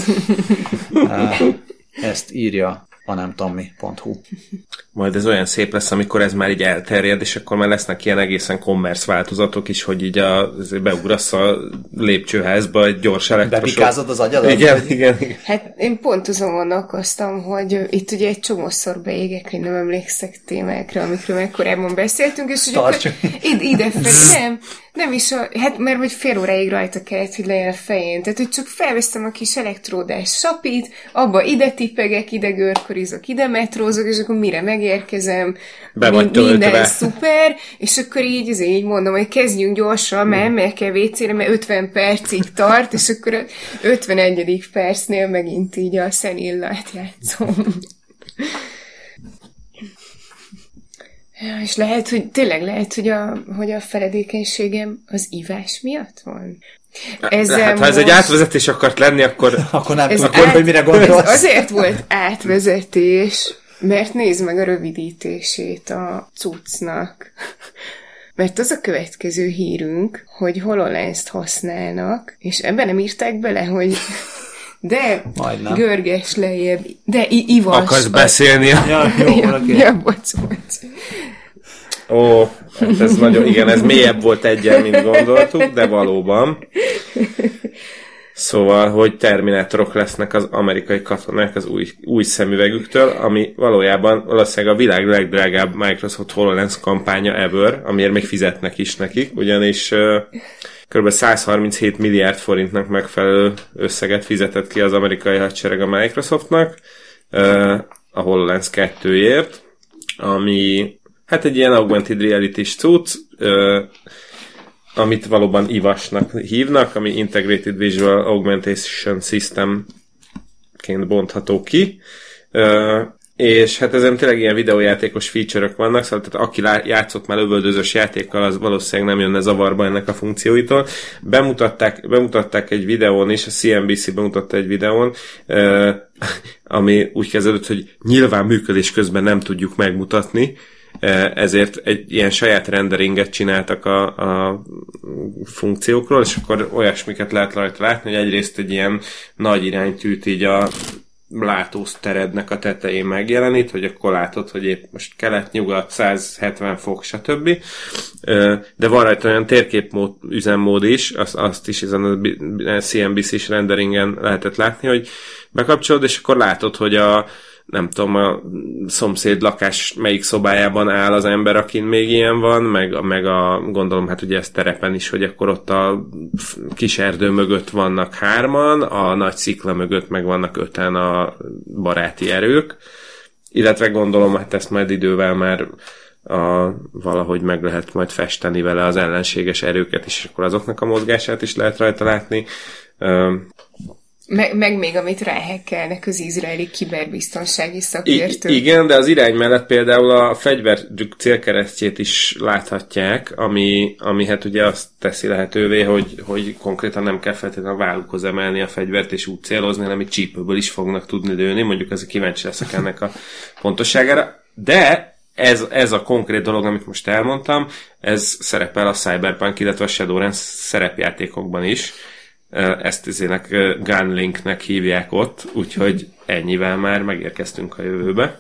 uh, ezt írja a nem tudom mi pont hu. Majd ez olyan szép lesz, amikor ez már így elterjed, és akkor már lesznek ilyen egészen commerce változatok is, hogy így a, beugrasz a lépcsőházba egy gyors elektrosok. Bepikázod az agyadat? Igen, igen, igen. Hát én pont azon gondolkoztam, hogy itt ugye egy csomószor beégek, hogy nem emlékszek témákra, amikről meg korábban beszéltünk, és hogy akkor ide, ide fel, nem, nem is a, hát mert hogy fél óráig rajta kellett, hogy legyen a fején. Tehát, hogy csak felvesztem a kis elektródás sapit, abba ide tipegek, ide görkorizok, ide metrózok, és akkor mire megérkezem, be vagy töltve. Minden szuper, és akkor így, azért így mondom, hogy kezdjünk gyorsan, mert meg kell vécére, mert ötven percig tart, és akkor a ötvenegyedik percnél megint így a szenillát játszom. Ja, és lehet, hogy tényleg lehet, hogy a, hogy a feledékenységem az ivás miatt van. Ezzel hát, most... ha ez egy átvezetés akart lenni, akkor, akkor nem tudom, át... hogy mire gondolsz. Ez azért volt átvezetés, mert nézd meg a rövidítését a cuccnak. Mert az a következő hírünk, hogy HoloLens-t használnak, és ebben nem írták bele, hogy de majdnem. Görges lejjebb, de i- ivas. Akarsz beszélni? Ja, jó, ja, okay. ja, bocs, bocs. Ó, hát ez nagyon, igen, ez mélyebb volt egyen, mint gondoltuk, de valóban. Szóval, hogy terminátorok lesznek az amerikai katonák az új, új szemüvegüktől, ami valójában valószínűleg a világ legdrágább Microsoft HoloLens kampánya ever, amiért még fizetnek is nekik, ugyanis uh, kb. százharminchét milliárd forintnak megfelelő összeget fizetett ki az amerikai hadsereg a Microsoftnak uh, a HoloLens kettőért, ami hát egy ilyen augmented reality-s cucc, uh, amit valóban I V A S-nak hívnak, ami Integrated Visual Augmentation System-ként bontható ki. Uh, és hát ezen tényleg ilyen videójátékos feature-ök vannak, szóval tehát aki lá- játszott már lövöldözős játékkal, az valószínűleg nem jönne zavarba ennek a funkcióitól. Bemutatták, bemutatták egy videón is, a C N B C bemutatta egy videón, uh, ami úgy kezdődött, hogy nyilván működés közben nem tudjuk megmutatni, ezért egy ilyen saját renderinget csináltak a, a funkciókról, és akkor olyasmiket lehet rajta látni, hogy egyrészt egy ilyen nagy iránytűt így a látóterednek a tetején megjelenít, hogy akkor látod, hogy épp most kelet-nyugat, száz hetven fok, stb. De van rajta olyan térképmód, üzemmód is, azt, azt is ezen a C N B C-s renderingen lehetett látni, hogy bekapcsolod, és akkor látod, hogy a nem tudom, a szomszéd lakás melyik szobájában áll az ember, akin még ilyen van, meg, meg a, gondolom, hát ugye ez terepen is, hogy akkor ott a kis erdő mögött vannak hárman, a nagy szikla mögött meg vannak öten a baráti erők, illetve gondolom, hát ezt majd idővel már a, valahogy meg lehet majd festeni vele az ellenséges erőket is, és akkor azoknak a mozgását is lehet rajta látni. Meg, meg még amit ráhekkelnek az izraeli kiberbiztonsági szakértők. I- igen, de az irány mellett például a fegyverük célkeresztjét is láthatják, ami, ami hát ugye azt teszi lehetővé, hogy, hogy konkrétan nem kell feltétlenül a vállukhoz emelni a fegyvert és úgy célozni, hanem egy csípőből is fognak tudni lőni, mondjuk azért kíváncsi leszek ennek a pontosságára. De ez, ez a konkrét dolog, amit most elmondtam, ez szerepel a Cyberpunk, illetve a Shadowrun szerepjátékokban is. Ezt izének Gunlinknek hívják ott, úgyhogy ennyivel már megérkeztünk a jövőbe.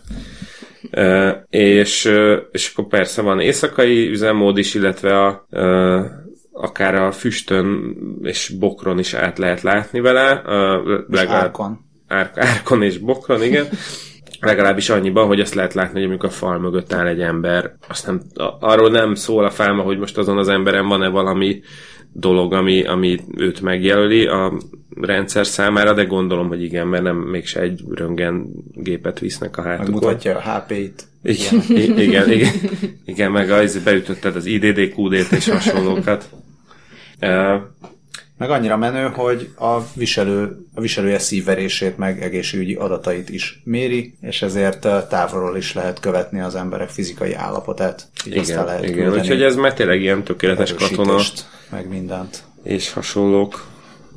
És, és akkor persze van éjszakai üzemmód is, illetve a, akár a füstön és bokron is át lehet látni vele. És árkon. Árk, árkon és bokron, igen. Legalábbis annyiban, hogy azt lehet látni, hogy amikor a fal mögött áll egy ember, azt nem, arról nem szól a fálma, hogy most azon az emberen van-e valami dolog, ami, ami őt megjelöli a rendszer számára, de gondolom, hogy igen, mert nem mégse egy röntgen gépet visznek a hátukon. Megmutatja a há pé-t. Igen, igen, igen, igen, igen, meg az, beütötted az i dé dé kú dét és hasonlókat. Uh, Meg annyira menő, hogy a, viselő, a viselője szívverését, meg egészségügyi adatait is méri, és ezért távolról is lehet követni az emberek fizikai állapotát. Így igen, lehet igen. Úgyhogy ez már tényleg ilyen tökéletes katona. Meg mindent. És hasonlók.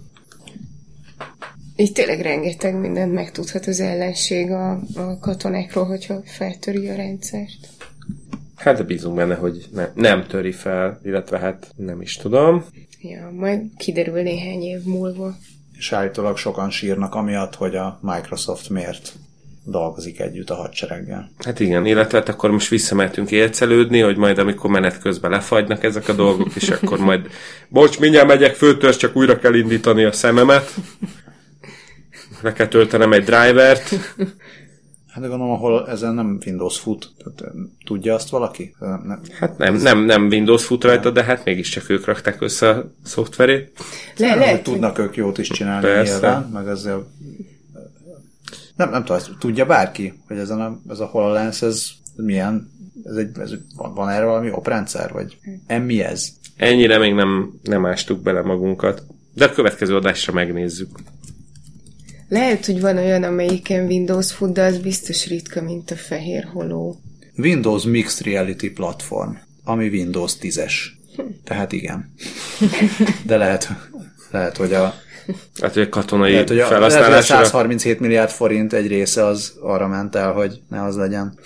Így tényleg rengeteg mindent megtudhat az ellenség a, a katonákról, hogyha feltöri a rendszert. Hát de bízunk benne, hogy ne, nem töri fel, illetve hát nem is tudom. Ja, majd kiderül néhány év múlva. És állítólag sokan sírnak amiatt, hogy a Microsoft miért dolgozik együtt a hadsereggel. Hát igen, illetve hát akkor most visszamehetünk élcelődni, hogy majd amikor menet közben lefagynak ezek a dolgok, és akkor majd bocs, mindjárt megyek föltörs, csak újra kell indítani a szememet. Le kell töltenem egy drivert. Hát de gondolom, ahol ezen nem Windows fut. Tehát, tudja azt valaki? Nem. Hát nem, nem, nem Windows fut rajta, de hát mégiscsak ők rakták össze a szoftverét. Le, lehet, hogy tudnak ők jót is csinálni nyilván, meg ezzel... Nem, nem tudom, tudja bárki, hogy ezen a, ez a HoloLens, ez milyen, ez egy, ez, van, van erre valami oprendszer, vagy em mi ez? Ennyire még nem, nem ástuk bele magunkat, de a következő adásra megnézzük. Lehet, hogy van olyan, amelyiken Windows fut, de az biztos ritka, mint a fehér holó. Windows Mixed Reality Platform, ami Windows tízes. Tehát igen. De lehet, lehet hogy a hát, hogy a katonai lehet, hogy a, felhasználásra... lehet, hogy a százharminchét milliárd forint egy része az arra ment el, hogy ne az legyen.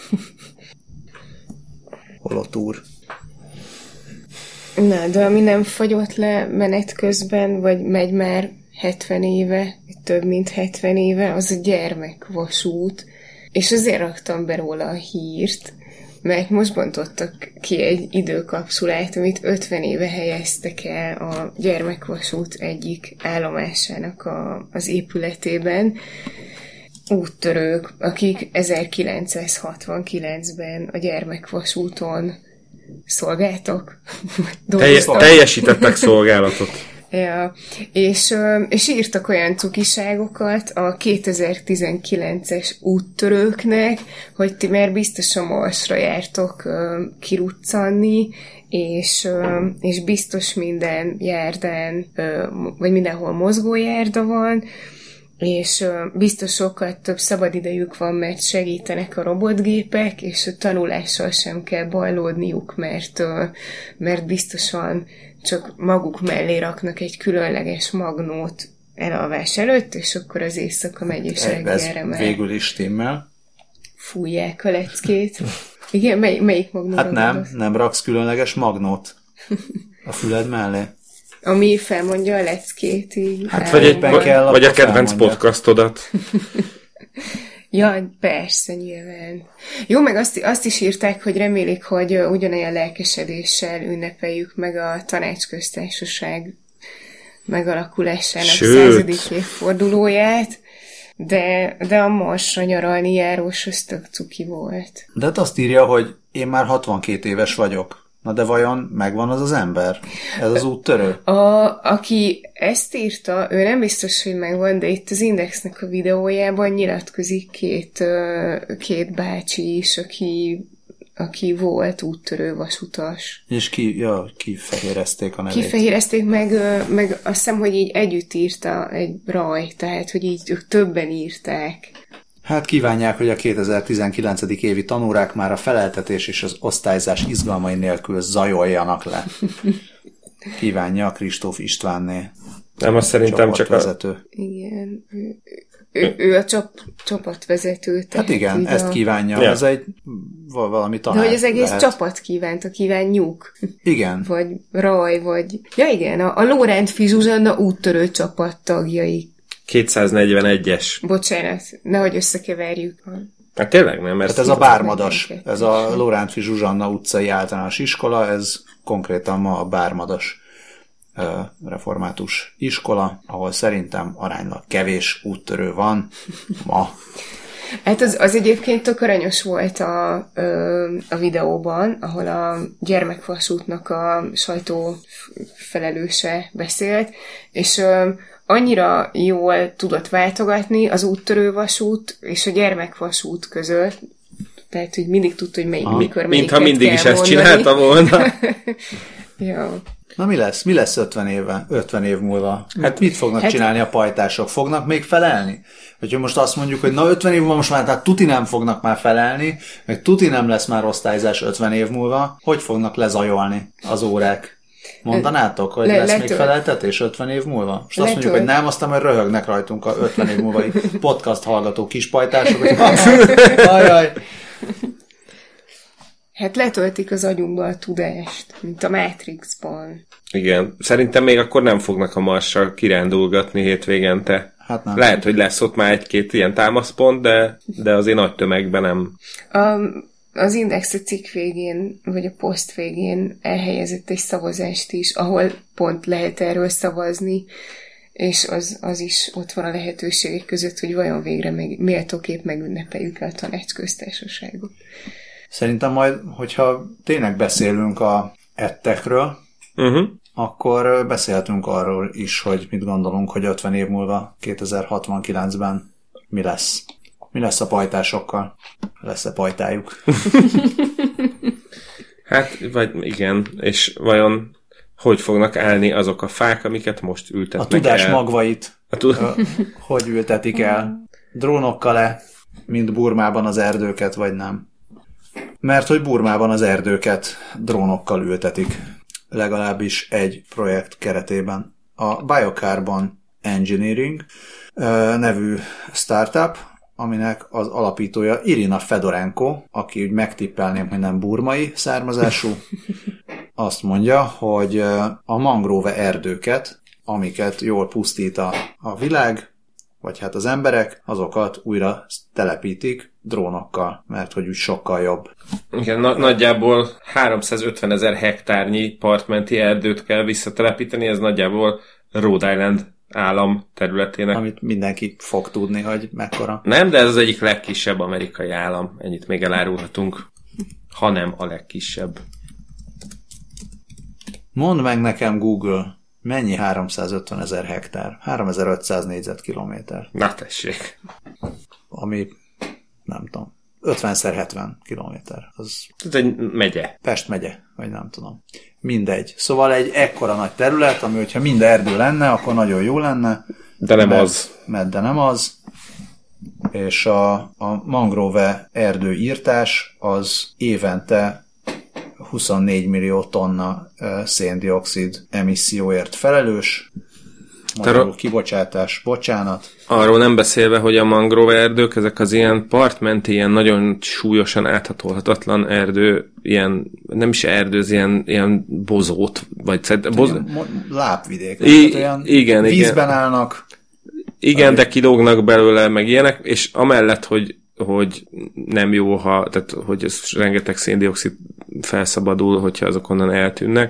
Holotúr. Na, de ami nem fagyott le menet közben, vagy megy már hetven éve, több mint hetven éve, az a gyermekvasút. És azért raktam be róla a hírt, mert most bontottak ki egy időkapszulát, amit ötven éve helyeztek el a gyermekvasút egyik állomásának a, az épületében. Úttörők, akik ezerkilencszázhatvankilencben a gyermekvasúton szolgáltak. Telje, teljesítettek szolgálatot. Ja, és, és írtak olyan cukiságokat a kétezer-tizenkilences úttörőknek, hogy ti már biztosan Marsra jártok kiruccanni, és, és biztos minden járdán, vagy mindenhol mozgójárda van, és biztos sokkal több szabadidejük van, mert segítenek a robotgépek, és a tanulással sem kell bajlódniuk, mert, mert biztosan csak maguk mellé raknak egy különleges magnót elalvás előtt, és akkor az éjszaka megy, és reggelre már végül is stimmel. Fújják a leckét. Igen, mely, melyik magnóra Hát nem, gondolsz? nem raksz különleges magnót a füled mellé. Ami felmondja a leckét így. Hát vagy, egy, vagy, kell, vagy a kedvenc felmondja. Podcastodat. Ja, persze, nyilván. Jó, meg azt, azt is írták, hogy remélik, hogy ugyanolyan lelkesedéssel ünnepeljük meg a Tanácsköztársaság megalakulásának Sőt. századik évfordulóját, de, de a Marsra nyaralni járós, az tök cuki volt. De hát azt írja, hogy én már hatvankét éves vagyok. Na de vajon megvan az az ember? Ez az úttörő? A, aki ezt írta, ő nem biztos, hogy megvan, de itt az Indexnek a videójában nyilatkozik két, két bácsi is, aki, aki volt úttörő vasutas. És ki, ja, kifehérezték a nevét. Kifehérezték, meg, meg azt hiszem, hogy így együtt írta egy raj, tehát, hogy így ők többen írták. Hát kívánják, hogy a kétezer-tizenkilencedik évi tanórák már a feleltetés és az osztályzás izgalmai nélkül zajoljanak le. Kívánja Kristóf Istvánné. Nem, azt szerintem csak a... Igen. Ő, ő, ő a csap, csapatvezető. Hát igen, ezt a... kívánja. Ja. Ez egy valami tanár. De hogy az egész lehet. csapat kívánta, kívánjuk. Igen. Vagy Raj, vagy... Ja igen, a, a Lórántfi Zsuzsanna úttörő csapat tagjai. kétszáznegyvenegyes. Bocsánat, nehogy összekeverjük. Hát tényleg nem, mert... Hát ez a Bármadas, ez a Lórántfi Zsuzsanna utcai általános iskola, ez konkrétan ma a Bármadas református iskola, ahol szerintem aránylag kevés úttörő van ma. Hát az, az egyébként tök aranyos volt a, a videóban, ahol a gyermekvasútnak a sajtó felelőse beszélt, és annyira jól tudott váltogatni az úttörővasút és a gyermekvasút között, tehát, hogy mindig tudta, hogy melyik, ah, mikor melyiket mintha mindig kell is ezt mondani. csinálta volna. Jó. Na mi lesz? Mi lesz ötven éve, ötven év múlva? Hát mit fognak hát, csinálni a pajtások? Fognak még felelni? Hogyha most azt mondjuk, hogy na ötven év múlva most már tehát tuti nem fognak már felelni, meg tuti nem lesz már osztályzás ötven év múlva, hogy fognak lezajolni az órák? Mondanátok, hogy Le, lesz letől. még feleltetés ötven év múlva? Most letől. Azt mondjuk, hogy nem, aztán majd röhögnek rajtunk a ötven év múlvai podcast hallgató kispajtások, hogy ajaj. Hát letöltik az agyunkba a tudást, mint a Matrixban. Igen. Szerintem még akkor nem fognak a Marsra kirándulgatni hétvégente. Hát nem. Lehet, hogy lesz ott már egy-két ilyen támaszpont, de, de azért nagy tömegben nem. A, az Index a cikk végén, vagy a poszt végén elhelyezett egy szavazást is, ahol pont lehet erről szavazni, és az, az is ott van a lehetőségek között, hogy vajon végre meg, méltóképp megünnepeljük a tanácsköztársaságot. Szerintem majd, hogyha tényleg beszélünk a ettekről, uh-huh. akkor beszélhetünk arról is, hogy mit gondolunk, hogy ötven év múlva, kétezer-hatvankilencben mi lesz. Mi lesz a pajtásokkal? Lesz-e pajtájuk? Hát, vagy igen, és vajon hogy fognak állni azok a fák, amiket most ültetnek el? A tudás el? magvait a tud- hogy ültetik el? Drónokkal-e, mint Burmában az erdőket, vagy nem? Mert hogy Burmában az erdőket drónokkal ültetik, legalábbis egy projekt keretében. A Biocarbon Engineering nevű startup, aminek az alapítója Irina Fedorenko, aki úgy megtippelném, hogy nem burmai származású, azt mondja, hogy a mangrove erdőket, amiket jól pusztít a, a világ, vagy hát az emberek, azokat újra telepítik drónokkal, mert hogy úgy sokkal jobb. Igen, na- nagyjából háromszázötven ezer hektárnyi partmenti erdőt kell visszatelepíteni, ez nagyjából Rhode Island állam területének. Amit mindenki fog tudni, hogy mekkora. Nem, de ez az egyik legkisebb amerikai állam, ennyit még elárulhatunk, hanem a legkisebb. Mondd meg nekem, Google, mennyi háromszázötven ezer hektár? háromezer-ötszáz négyzetkilométer. Na tessék. Ami, nem tudom, ötvenszer hetven kilométer. Az ez egy megye. Pest megye, vagy nem tudom. Mindegy. Szóval egy ekkora nagy terület, ami hogyha mind erdő lenne, akkor nagyon jó lenne. De nem mert, az. Mert de nem az. És a, a mangrove erdőírtás az évente huszonnégy millió tonna széndioxid emisszióért felelős. Magyarul kibocsátás, bocsánat. Arról nem beszélve, hogy a mangrove erdők, ezek az ilyen partmenti, ilyen nagyon súlyosan áthatolhatatlan erdő, ilyen, nem is erdőz, ilyen, ilyen bozót, vagy boz... lápvidék. I- olyan igen, vízben igen. állnak. Igen, de kilógnak belőle, meg ilyenek, és amellett, hogy hogy nem jó, ha, tehát hogy ez rengeteg széndioxid felszabadul, hogyha azok onnan eltűnnek.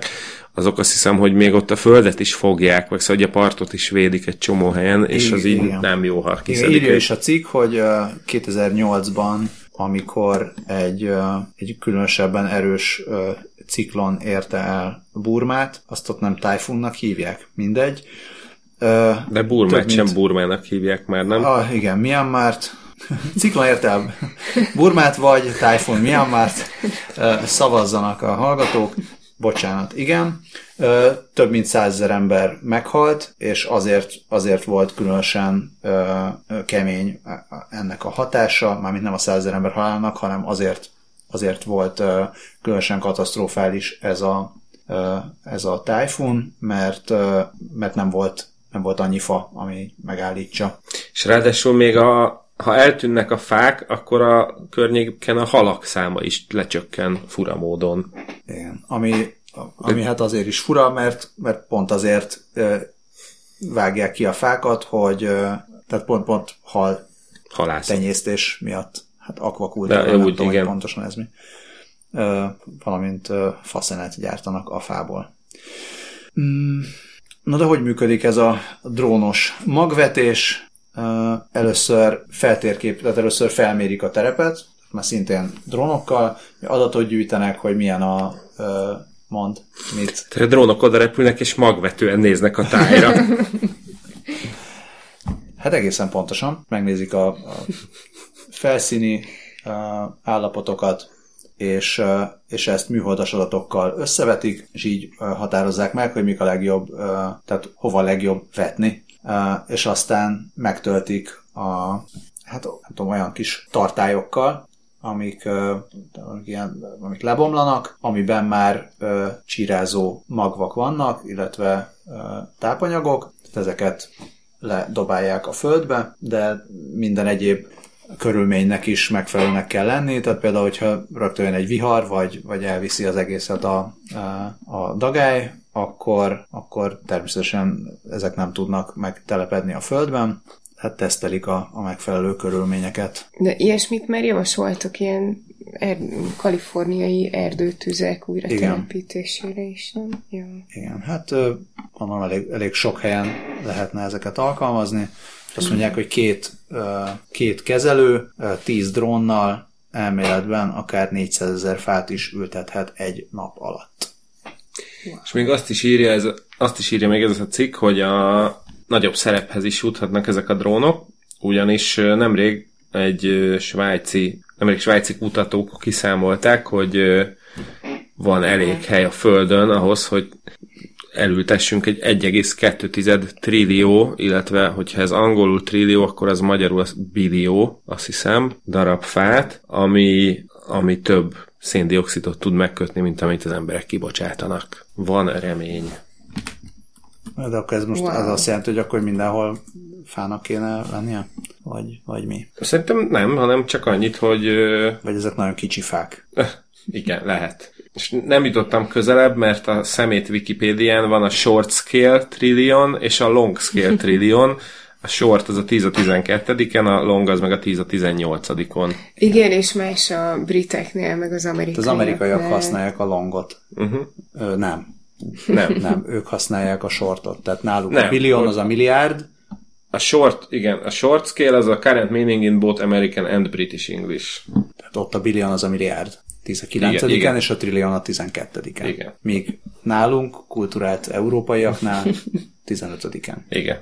azok azt hiszem, hogy még ott a földet is fogják, vagy szóval, hogy a partot is védik egy csomó helyen, és igen, az így igen. nem jó, ha kiszedik. Írja is a cikk, hogy kétezer-nyolcban, amikor egy, egy különösebben erős ciklon érte el Burmát, azt ott nem tájfunnak hívják, mindegy. De Burmát sem mint... Burmának hívják már, nem? Ah, igen, Myanmart. Ciklon érte el Burmát, vagy tájfun Myanmart. Szavazzanak a hallgatók. Bocsánat, igen. Több mint százezer ember meghalt, és azért, azért volt különösen kemény ennek a hatása, mármint nem a százezer ember halálnak, hanem azért, azért volt különösen katasztrofális ez a, ez a tájfun, mert, mert nem volt, nem volt annyi fa, ami megállítsa. És ráadásul még a ha eltűnnek a fák, akkor a környéken a halak száma is lecsökken fura módon. Igen, ami, ami hát azért is fura, mert, mert pont azért ö, vágják ki a fákat, hogy ö, tehát pont-pont hal Halász. tenyésztés miatt, hát akvakultúra, nem tudom, hogy pontosan ez mi. Ö, valamint ö, faszenet gyártanak a fából. Mm, na de hogy működik ez a drónos magvetés? Uh, először feltérkép, tehát először felmérik a terepet, már szintén drónokkal, adatot gyűjtenek, hogy milyen a uh, mond, mit. Tehát a drónok oda repülnek, és magvetően néznek a tájra. Hát egészen pontosan. Megnézik a, a felszíni uh, állapotokat, és, uh, és ezt műholdas adatokkal összevetik, és így uh, határozzák meg, hogy mik a legjobb, uh, tehát hova a legjobb vetni. Uh, és aztán megtöltik a, hát nem tudom, olyan kis tartályokkal, amik, uh, amik, ilyen, amik lebomlanak, amiben már uh, csírázó magvak vannak, illetve uh, tápanyagok, ezeket ledobálják a földbe, de minden egyéb körülménynek is megfelelőnek kell lenni, tehát például, hogyha rögtön jön egy vihar, vagy, vagy elviszi az egészet a, a, a dagály, akkor, akkor természetesen ezek nem tudnak megtelepedni a földben, hát tesztelik a, a megfelelő körülményeket. De ilyesmit már javasoltak, ilyen er, kaliforniai erdőtüzek újra telepítésére is, nem? Ja. Igen, hát mondom, elég, elég sok helyen lehetne ezeket alkalmazni. Azt mondják, hogy két, két kezelő, tíz drónnal elméletben akár négyszázezer fát is ültethet egy nap alatt. Wow. És még azt is írja, ez, azt is írja még ez a cikk, hogy a nagyobb szerephez is juthatnak ezek a drónok, ugyanis nemrég egy svájci, nemrég svájci kutatók kiszámolták, hogy van elég hely a Földön ahhoz, hogy elültessünk egy egy egész kettő trillió, illetve hogyha ez angolul trillió, akkor az magyarul az billió, azt hiszem, darab fát, ami, ami több széndioxidot tud megkötni, mint amit az emberek kibocsátanak. Van remény. De akkor ez most wow. az azt jelenti, hogy akkor mindenhol fának kéne lennie? Vagy, vagy mi? Szerintem nem, hanem csak annyit, hogy... Vagy ezek nagyon kicsi fák. Igen, lehet. És nem jutottam közelebb, mert a szemét Wikipédián van a short scale trillion és a long scale trillion. A short az a tíz a tizenkettediken, a long az meg a tíz a tizennyolcadikon. Igen, és más a briteknél, meg az amerikaiak. Az amerikaiak használják a longot. Uh-huh. Ö, nem. Nem. Nem, ők használják a shortot. Tehát náluk nem. A billion az a milliárd. A short, igen, a short scale az a current meaning in both American and British English. Tehát ott a billion az a milliárd. tíz a kilencediken és a trillion a tizenkettediken. Igen. Míg nálunk, kulturált európaiaknál tizenötödiken. Igen.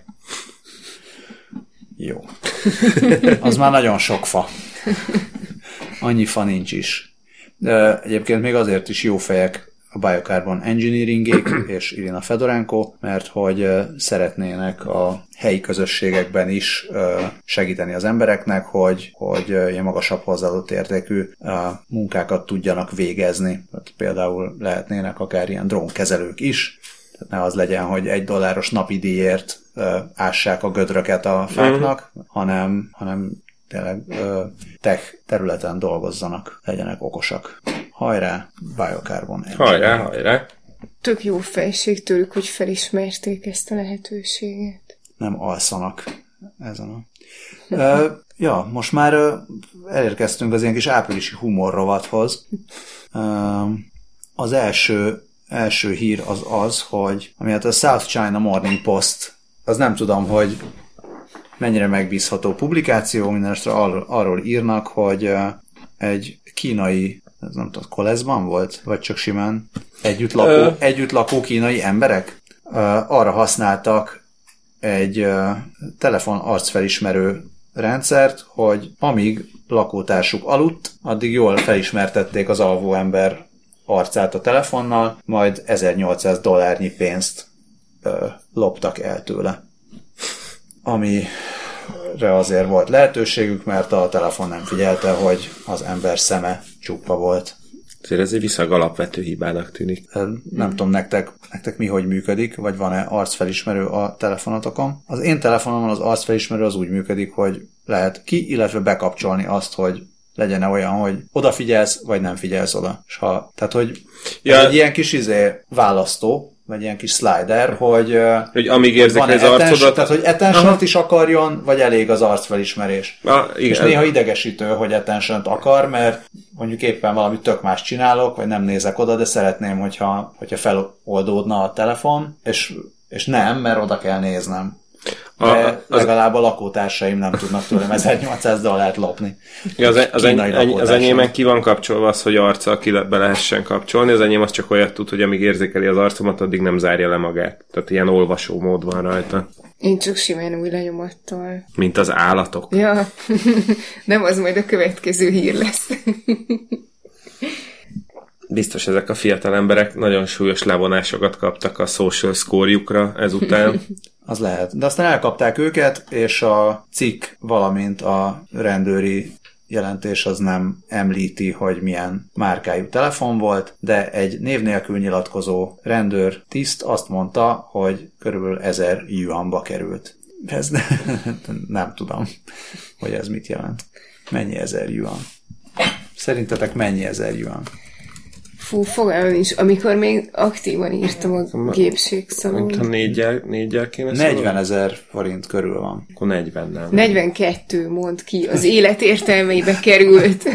Jó. Az már nagyon sok fa. Annyi fa nincs is. De egyébként még azért is jó fejek a Biocarbon Engineeringék és Irina Fedorenko, mert hogy szeretnének a helyi közösségekben is segíteni az embereknek, hogy, hogy ilyen magasabb hozzáadott értékű munkákat tudjanak végezni. Például lehetnének akár ilyen drónkezelők is, tehát ne az legyen, hogy egy dolláros napi díjért ássák a gödröket a fáknak, mm. hanem, hanem tényleg tech területen dolgozzanak, legyenek okosak. Hajrá, Biocarbon. Hajrá, hajrá. Tök jó fejség tőlük, hogy felismerték ezt a lehetőséget. Nem alszanak ezen a... uh, ja, most már uh, elérkeztünk az ilyen kis áprilisi humor rovathoz. Uh, az első első hír az az, hogy ami hát a South China Morning Post, az nem tudom, hogy mennyire megbízható publikáció, mindenestre arról, arról írnak, hogy egy kínai, nem tudom, koleszban volt, vagy csak simán együtt lakó, Ö... együtt lakó kínai emberek arra használtak egy telefon arcfelismerő rendszert, hogy amíg lakótársuk aludt, addig jól felismertették az alvó ember arcát a telefonnal, majd ezernyolcszáz dollárnyi pénzt ö, loptak el tőle. Amire azért volt lehetőségük, mert a telefon nem figyelte, hogy az ember szeme csupa volt. Azért ez egy viszonylag alapvető hibának tűnik. Nem hmm. tudom, nektek, nektek mi hogy működik, vagy van-e arcfelismerő a telefonatokon. Az én telefonomon az arcfelismerő az úgy működik, hogy lehet ki, illetve bekapcsolni azt, hogy legyen olyan, hogy odafigyelsz, vagy nem figyelsz oda. És ha, tehát, hogy ja. egy ilyen kis izé választó, vagy ilyen kis slider, hogy, hogy amíg érzek az arcodat... Tehát, hogy attention-t is akarjon, vagy elég az arcfelismerés. Ah, és néha idegesítő, hogy attention-t akar, mert mondjuk éppen valami tök más csinálok, vagy nem nézek oda, de szeretném, hogyha, hogyha feloldódna a telefon, és, és nem, mert oda kell néznem. De a, az, legalább a lakótársaim nem tudnak tőlem ezernyolcszáz dollárt lopni. Ja, az, az, eny, az enyémen ki van kapcsolva az, hogy arccal ki be lehessen kapcsolni, az enyém az csak olyat tud, hogy amíg érzékeli az arcomat, addig nem zárja le magát. Tehát ilyen olvasó mód van rajta. Én csak simán új lenyomattal. Mint az állatok. Ja, nem, az majd a következő hír lesz. Biztos ezek a fiatal emberek nagyon súlyos levonásokat kaptak a social score-jukra ezután. Az lehet. De aztán elkapták őket, és a cikk, valamint a rendőri jelentés az nem említi, hogy milyen márkájú telefon volt, de egy név nélkül nyilatkozó rendőr tiszt azt mondta, hogy körülbelül ezer yuanba került. Ez nem tudom, hogy ez mit jelent. Mennyi ezer yuan? Szerintetek mennyi ezer yuan? Fú, fogalmam is, amikor még aktívan írtam a gépségszavon. Mint ha négyel, négyel kéne negyven ezer forint körül van. Akkor negyven, nem. negyvenkettő, mond ki, az élet értelmeibe került.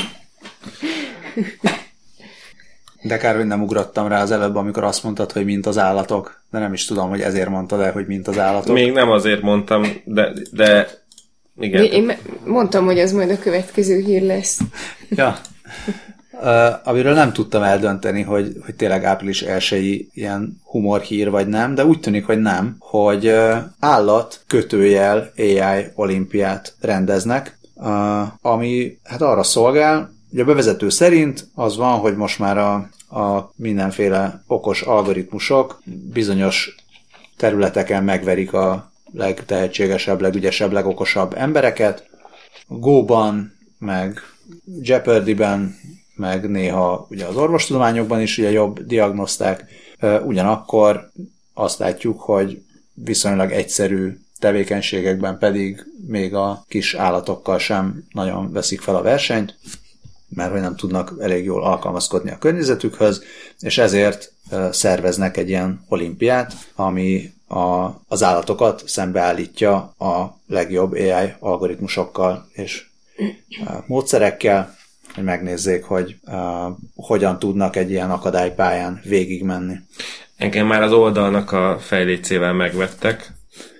De kár, hogy nem ugrottam rá az előbb, amikor azt mondtad, hogy mint az állatok. De nem is tudom, hogy ezért mondtad el, hogy mint az állatok. Még nem azért mondtam, de... de igen. Én mondtam, hogy az majd a következő hír lesz. Ja. Uh, amiről nem tudtam eldönteni, hogy, hogy tényleg április elsői ilyen humorhír vagy nem, de úgy tűnik, hogy nem, hogy uh, állat kötőjel á i olimpiát rendeznek, uh, ami hát arra szolgál, hogy a bevezető szerint az van, hogy most már a, a mindenféle okos algoritmusok bizonyos területeken megverik a legtehetségesebb, legügyesebb, legokosabb embereket. Go-ban, meg Jeopardy-ben, meg néha ugye az orvostudományokban is ugye jobb diagnoszták. Ugyanakkor azt látjuk, hogy viszonylag egyszerű tevékenységekben pedig még a kis állatokkal sem nagyon veszik fel a versenyt, mert hogy nem tudnak elég jól alkalmazkodni a környezetükhöz, és ezért szerveznek egy ilyen olimpiát, ami a, az állatokat szembeállítja a legjobb á i algoritmusokkal és módszerekkel, hogy megnézzék, hogy uh, hogyan tudnak egy ilyen akadálypályán végigmenni. Engem már az oldalnak a fejlécével megvettek.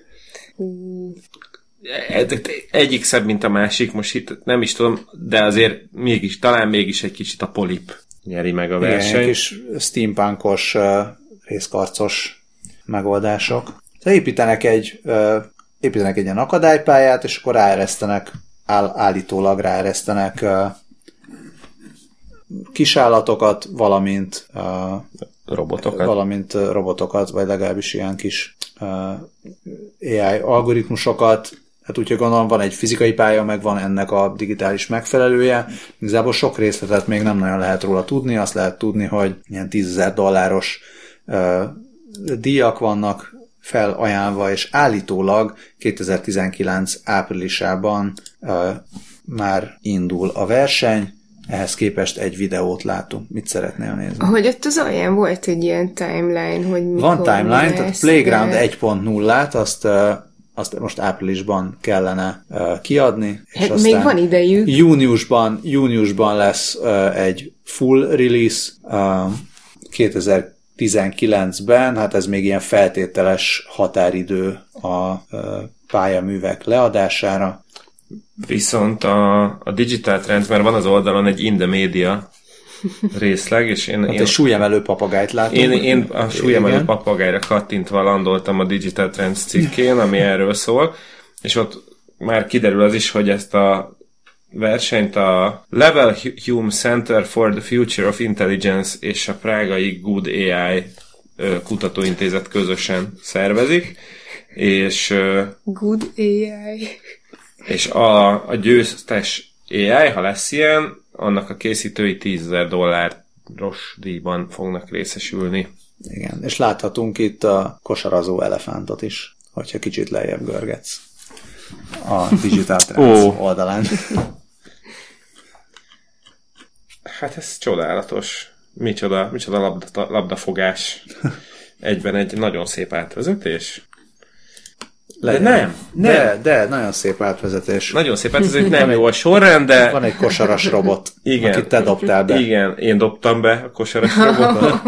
Egyik szebb, mint a másik, most itt nem is tudom, de azért mégis, talán mégis egy kicsit a polip nyeri meg a verseny. Igen, kis steampunkos, uh, részkarcos megoldások. De építenek egy, uh, építenek egy ilyen akadálypályát, és akkor ráeresztenek, áll, állítólag ráeresztenek uh, kisállatokat, valamint uh, robotokat. valamint uh, robotokat, vagy legalábbis ilyen kis uh, á i algoritmusokat. Hát úgyhogy gondolom van egy fizikai pálya, meg van ennek a digitális megfelelője. Igazából sok részletet még nem nagyon lehet róla tudni. Azt lehet tudni, hogy ilyen tízezer dolláros uh, díjak vannak felajánlva, és állítólag kétezer-tizenkilenc áprilisában uh, már indul a verseny. Ehhez képest egy videót látunk. Mit szeretnél nézni? Hogy ott az alján volt egy ilyen timeline, hogy mikor van timeline, tehát Playground egy pont nullát, azt, azt most áprilisban kellene kiadni. És hát még van idejük. Júniusban, júniusban lesz egy full release, tizenkilencben, hát ez még ilyen feltételes határidő a pályaművek leadására. Viszont a, a Digital Trends, mert van az oldalon egy In the Media részleg, és én... Hát én egy súlyemelő papagájt látunk. Én, én a súlyemelő papagájra kattintva landoltam a Digital Trends cikkén, ami erről szól, és ott már kiderül az is, hogy ezt a versenyt a Level Hume Center for the Future of Intelligence és a prágai Good á i kutatóintézet közösen szervezik, és Good á i és a, a győztes á i, ha lesz ilyen, annak a készítői tízezer dolláros díjban fognak részesülni. Igen, és láthatunk itt a kosarazó elefántot is, hogyha kicsit lejjebb görgetsz a Digital Trends oh. oldalán. Hát ez csodálatos. Micsoda, micsoda labda, labdafogás. Egyben egy nagyon szép átvezetés. De nem, nem. De, de, nagyon szép átvezetés. Nagyon szép átvezetés, nem jó a sorrend, de... Van egy kosaras robot, igen, akit te dobtál be. Igen, én dobtam be a kosaras robotot.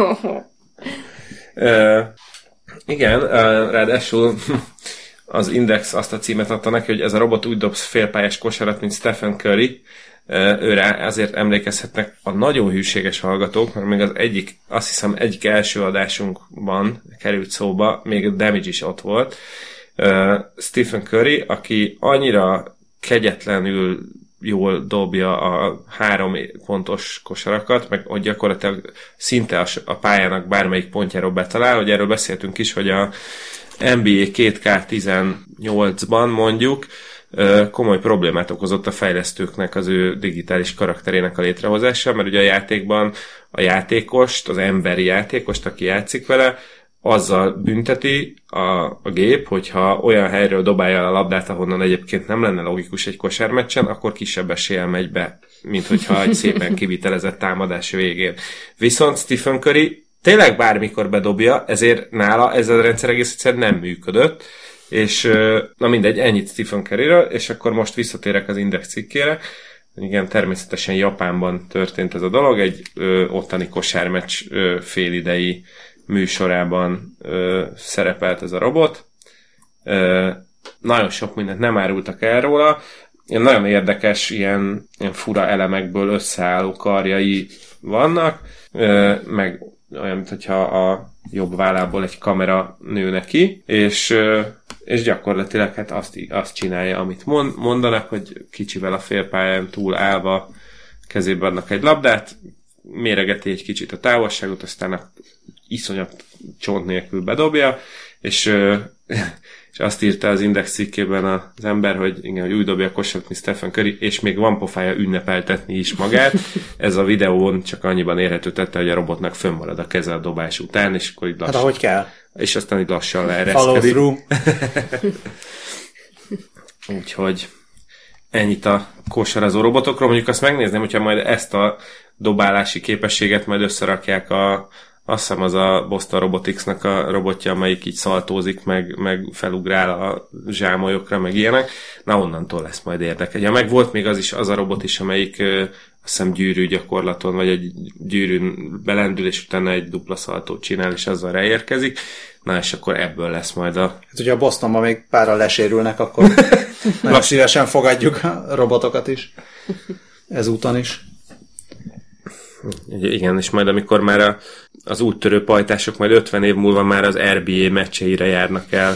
uh, igen, uh, ráadásul az Index azt a címet adta neki, hogy ez a robot úgy dobsz félpályás kosarat, mint Stephen Curry. Uh, őre azért emlékezhetnek a nagyon hűséges hallgatók, mert még az egyik, azt hiszem egyik első adásunkban került szóba, még a Damage is ott volt. Uh, Stephen Curry, aki annyira kegyetlenül jól dobja a három pontos kosarakat, meg hogy gyakorlatilag szinte a, a pályának bármelyik pontjáról betalál, hogy erről beszéltünk is, hogy a en bé á két ká tizennyolcban mondjuk uh, komoly problémát okozott a fejlesztőknek az ő digitális karakterének a létrehozása, mert ugye a játékban a játékost, az emberi játékost, aki játszik vele, azzal bünteti a, a gép, hogyha olyan helyről dobálja a labdát, ahonnan egyébként nem lenne logikus egy kosármeccsen, akkor kisebb eséllyel megy be, mint hogyha egy szépen kivitelezett támadás végén. Viszont Stephen Curry tényleg bármikor bedobja, ezért nála ez a rendszer egész egyszerűen nem működött, és na mindegy, ennyit Stephen Curryről, és akkor most visszatérek az Index cikkére. Igen, természetesen Japánban történt ez a dolog, egy ö, ottani kosármeccs ö, félidei műsorában ö, szerepelt ez a robot. Ö, nagyon sok mindent nem árultak el róla. Ilyen nagyon érdekes, ilyen, ilyen fura elemekből összeálló karjai vannak, ö, meg olyan, mintha a jobb vállából egy kamera nő neki, és, ö, és gyakorlatilag hát azt, azt csinálja, amit mond, mondanak, hogy kicsivel a félpályán túl állva kezébe adnak egy labdát, méregeti egy kicsit a távolságot, aztán a iszonyat csont nélkül bedobja, és, és azt írta az Index cikkében az ember, hogy igen, hogy úgy dobja a kosarat, mint Stephen Curry, és még van pofája ünnepeltetni is magát. Ez a videón csak annyiban érhető tette, hogy a robotnak fönnmarad a keze a dobás után, és akkor így lassan... Hát ahogy kell. És aztán így lassan leereszkedik. Follow through. Úgyhogy ennyit a kosarazó robotokról. Mondjuk azt megnézném, hogyha majd ezt a dobálási képességet majd összerakják a, azt hiszem az a Boston Robotics-nak a robotja, amelyik így szaltózik, meg, meg felugrál a zsámolyokra, meg ilyenek. Na, onnantól lesz majd érdekes. Ja, meg volt még az is, az a robot is, amelyik ö, azt hiszem gyűrű gyakorlaton, vagy egy gyűrűn belendül, és utána egy dupla szaltót csinál, és azzal ráérkezik. Na, és akkor ebből lesz majd a... Hát, hogyha Bostonban még páran lesérülnek, akkor nagyon szívesen fogadjuk a robotokat is. Ezúton is. Igen, és majd amikor már a, az úttörő pajtások majd ötven év múlva már az er bé á meccseire járnak el.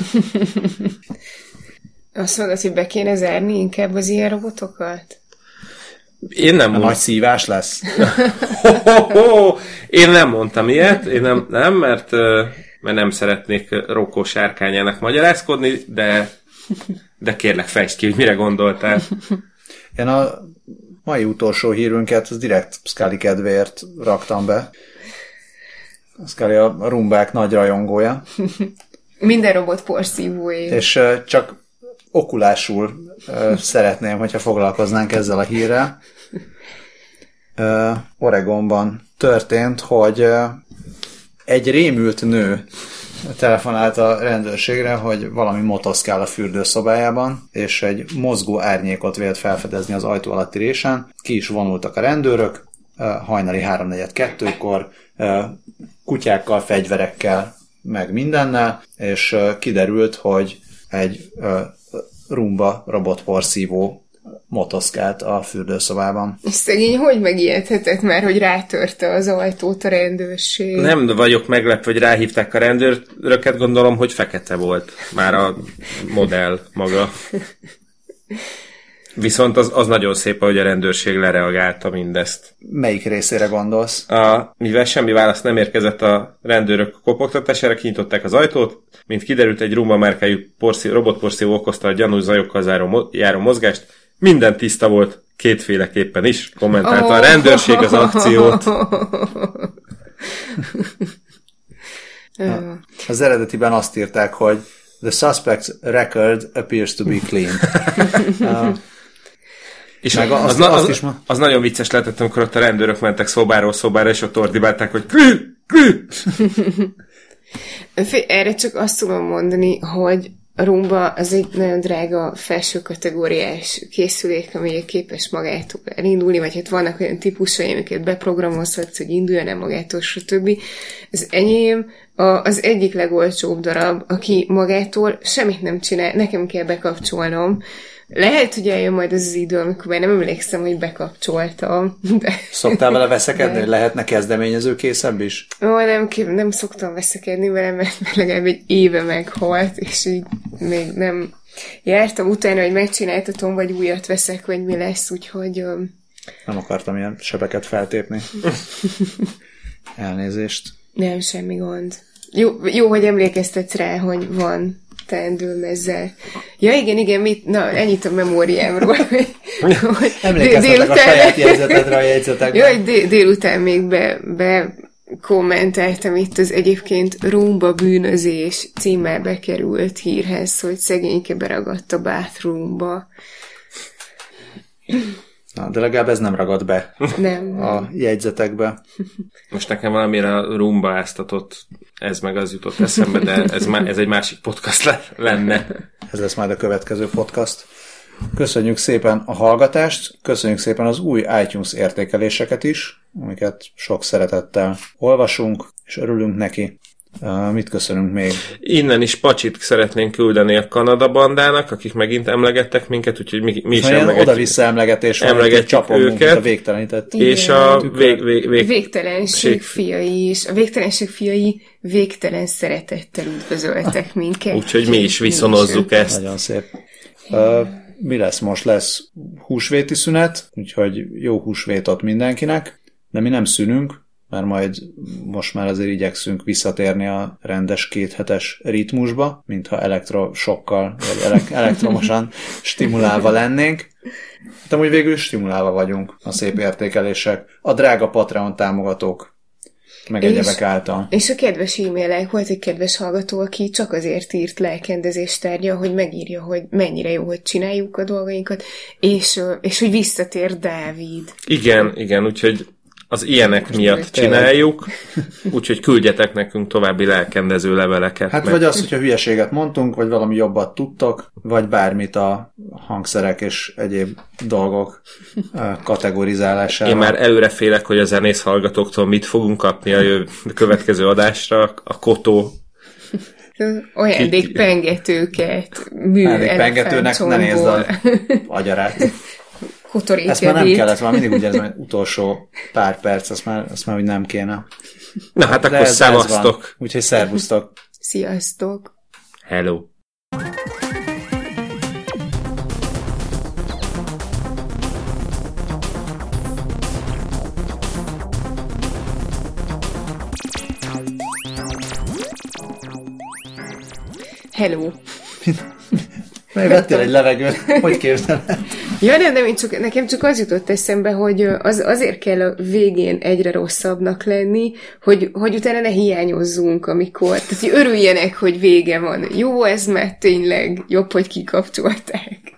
Azt mondod, hogy be kéne zárni inkább az ilyen robotokat? Én nem mond... nagy szívás lesz. ho, ho, ho. Én nem mondtam ilyet, én nem, nem mert, mert nem szeretnék Rokó sárkányának magyarázkodni, de, de kérlek fejtsd ki, hogy mire gondoltál. Én a mai utolsó hírünket az direkt Scully kedvéért raktam be. Scully a rumbák nagy rajongója. Minden robot porszívóé. És uh, csak okulásul uh, szeretném, hogyha foglalkoznánk ezzel a hírrel. Uh, Oregonban történt, hogy uh, egy rémült nő telefonált a rendőrségre, hogy valami motoszkál a fürdőszobájában, és egy mozgó árnyékot vélt felfedezni az ajtó alatti résen. Ki is vonultak a rendőrök, hajnali háromnegyed kettőkor, kutyákkal, fegyverekkel, meg mindennel, és kiderült, hogy egy Roomba robotporszívó motoszkált a fürdőszobában. És szegény hogy megijedhetett már, hogy rátörte az ajtót a rendőrség? Nem vagyok meglepve, hogy ráhívták a rendőröket, gondolom, hogy fekete volt már a modell maga. Viszont az, az nagyon szép, hogy a rendőrség lereagálta mindezt. Melyik részére gondolsz? A, mivel semmi válasz nem érkezett a rendőrök kopogtatására, kinyitották az ajtót, mint kiderült, egy Roomba márkájú porszív, robotporszívó okozta a gyanús zajokkal záró, járó mozgást. Minden tiszta volt, kétféleképpen is, kommentálta oh. a rendőrség az akciót. Na, az eredetiben azt írták, hogy the suspect's record appears to be clean. uh, és az, az, azt, az, ma... az nagyon vicces lehetett, amikor ott a rendőrök mentek szobáról szobára, és ott ordibálták, hogy clean, clean. Erre csak azt tudom mondani, hogy a Roomba az egy nagyon drága felső kategóriás készülék, ami képes magától elindulni, vagy hát vannak olyan típusai, amiket beprogramozhatsz, hogy induljon el magától, stb. Az enyém a, az egyik legolcsóbb darab, aki magától semmit nem csinál, nekem kell bekapcsolnom. Lehet, hogy eljön majd az, az idő, amikor már nem emlékszem, hogy bekapcsoltam. De... Szoktál vele veszekedni? De... Lehetne kezdeményezőkészebb is? Ó, nem, nem szoktam veszekedni vele, mert legalább egy éve meghalt, és így még nem jártam utána, hogy megcsináltatom, vagy újat veszek, vagy mi lesz, úgyhogy... Um... Nem akartam ilyen sebeket feltépni. Elnézést. Nem, semmi gond. Jó, jó, hogy emlékeztetsz rá, hogy van teendőm ezzel. Ja, igen, igen, mit, na, ennyit a memóriámról. Emlékeztetek a saját jegyzetedre a jegyzetekben. Jó, hogy dél, délután még be, be kommentáltam itt az egyébként Roomba bűnözés címmel bekerült hírhez, hogy szegényke beragadt a bathroomba. Na, de legalább ez nem ragad be nem, a nem. jegyzetekbe. Most nekem valamire a Roomba áztatott, ez meg az jutott eszembe, de ez, má, ez egy másik podcast le, lenne. Ez lesz majd a következő podcast. Köszönjük szépen a hallgatást, köszönjük szépen az új iTunes értékeléseket is, amiket sok szeretettel olvasunk, és örülünk neki. Uh, mit köszönünk még? Innen is pacsit szeretnénk küldeni a Kanada bandának, akik megint emlegettek minket, úgyhogy mi, mi is emlegetjük. Oda-vissza emlegetés van, emlegetjük csapom őket. A végtelenített. És a vég, vég, vég, végtelenség fiai is. A végtelenség fiai végtelen szeretettel üdvözöltek minket. Úgyhogy mi is viszonozzuk mi is ezt. Nagyon szép. Uh, mi lesz most? Lesz húsvéti szünet, úgyhogy jó húsvétot mindenkinek, de mi nem szűnünk, mert majd most már azért igyekszünk visszatérni a rendes kéthetes ritmusba, mintha elektrosokkal, vagy elek- elektromosan stimulálva lennénk. Hát amúgy végül stimulálva vagyunk a szép értékelések. A drága Patreon támogatók, meg és, egyebek által. És a kedves e-mailek, volt egy kedves hallgató, aki csak azért írt lelkendezést tárgya, hogy megírja, hogy mennyire jó, hogy csináljuk a dolgainkat, és, és hogy visszatér Dávid. Igen, igen, úgyhogy az ilyenek most miatt csináljuk, úgyhogy küldjetek nekünk további lelkendező leveleket. Hát meg... vagy az, hogyha hülyeséget mondtunk, vagy valami jobbat tudtok, vagy bármit a hangszerek és egyéb dolgok kategorizálására. Én már előre félek, hogy a zenész hallgatóktól mit fogunk kapni a jövő, következő adásra, a Kotó. Ajándékpengetőket, mű ajándékpengetőnek ne nézd a agyarát. Ezt már nem kellett, már mindig ugye ez már utolsó pár perc, azt már, azt már úgy nem kéne. Na hát de akkor szevasztok. Úgyhogy szervusztok. Sziasztok. Hello. Hello. Megvettél egy levegőt, hogy képzeled? Ja, nem, nem, én csak, nekem csak az jutott eszembe, hogy az, azért kell a végén egyre rosszabbnak lenni, hogy, hogy utána ne hiányozzunk, amikor, tehát hogy örüljenek, hogy vége van. Jó ez, mert tényleg jobb, hogy kikapcsolták.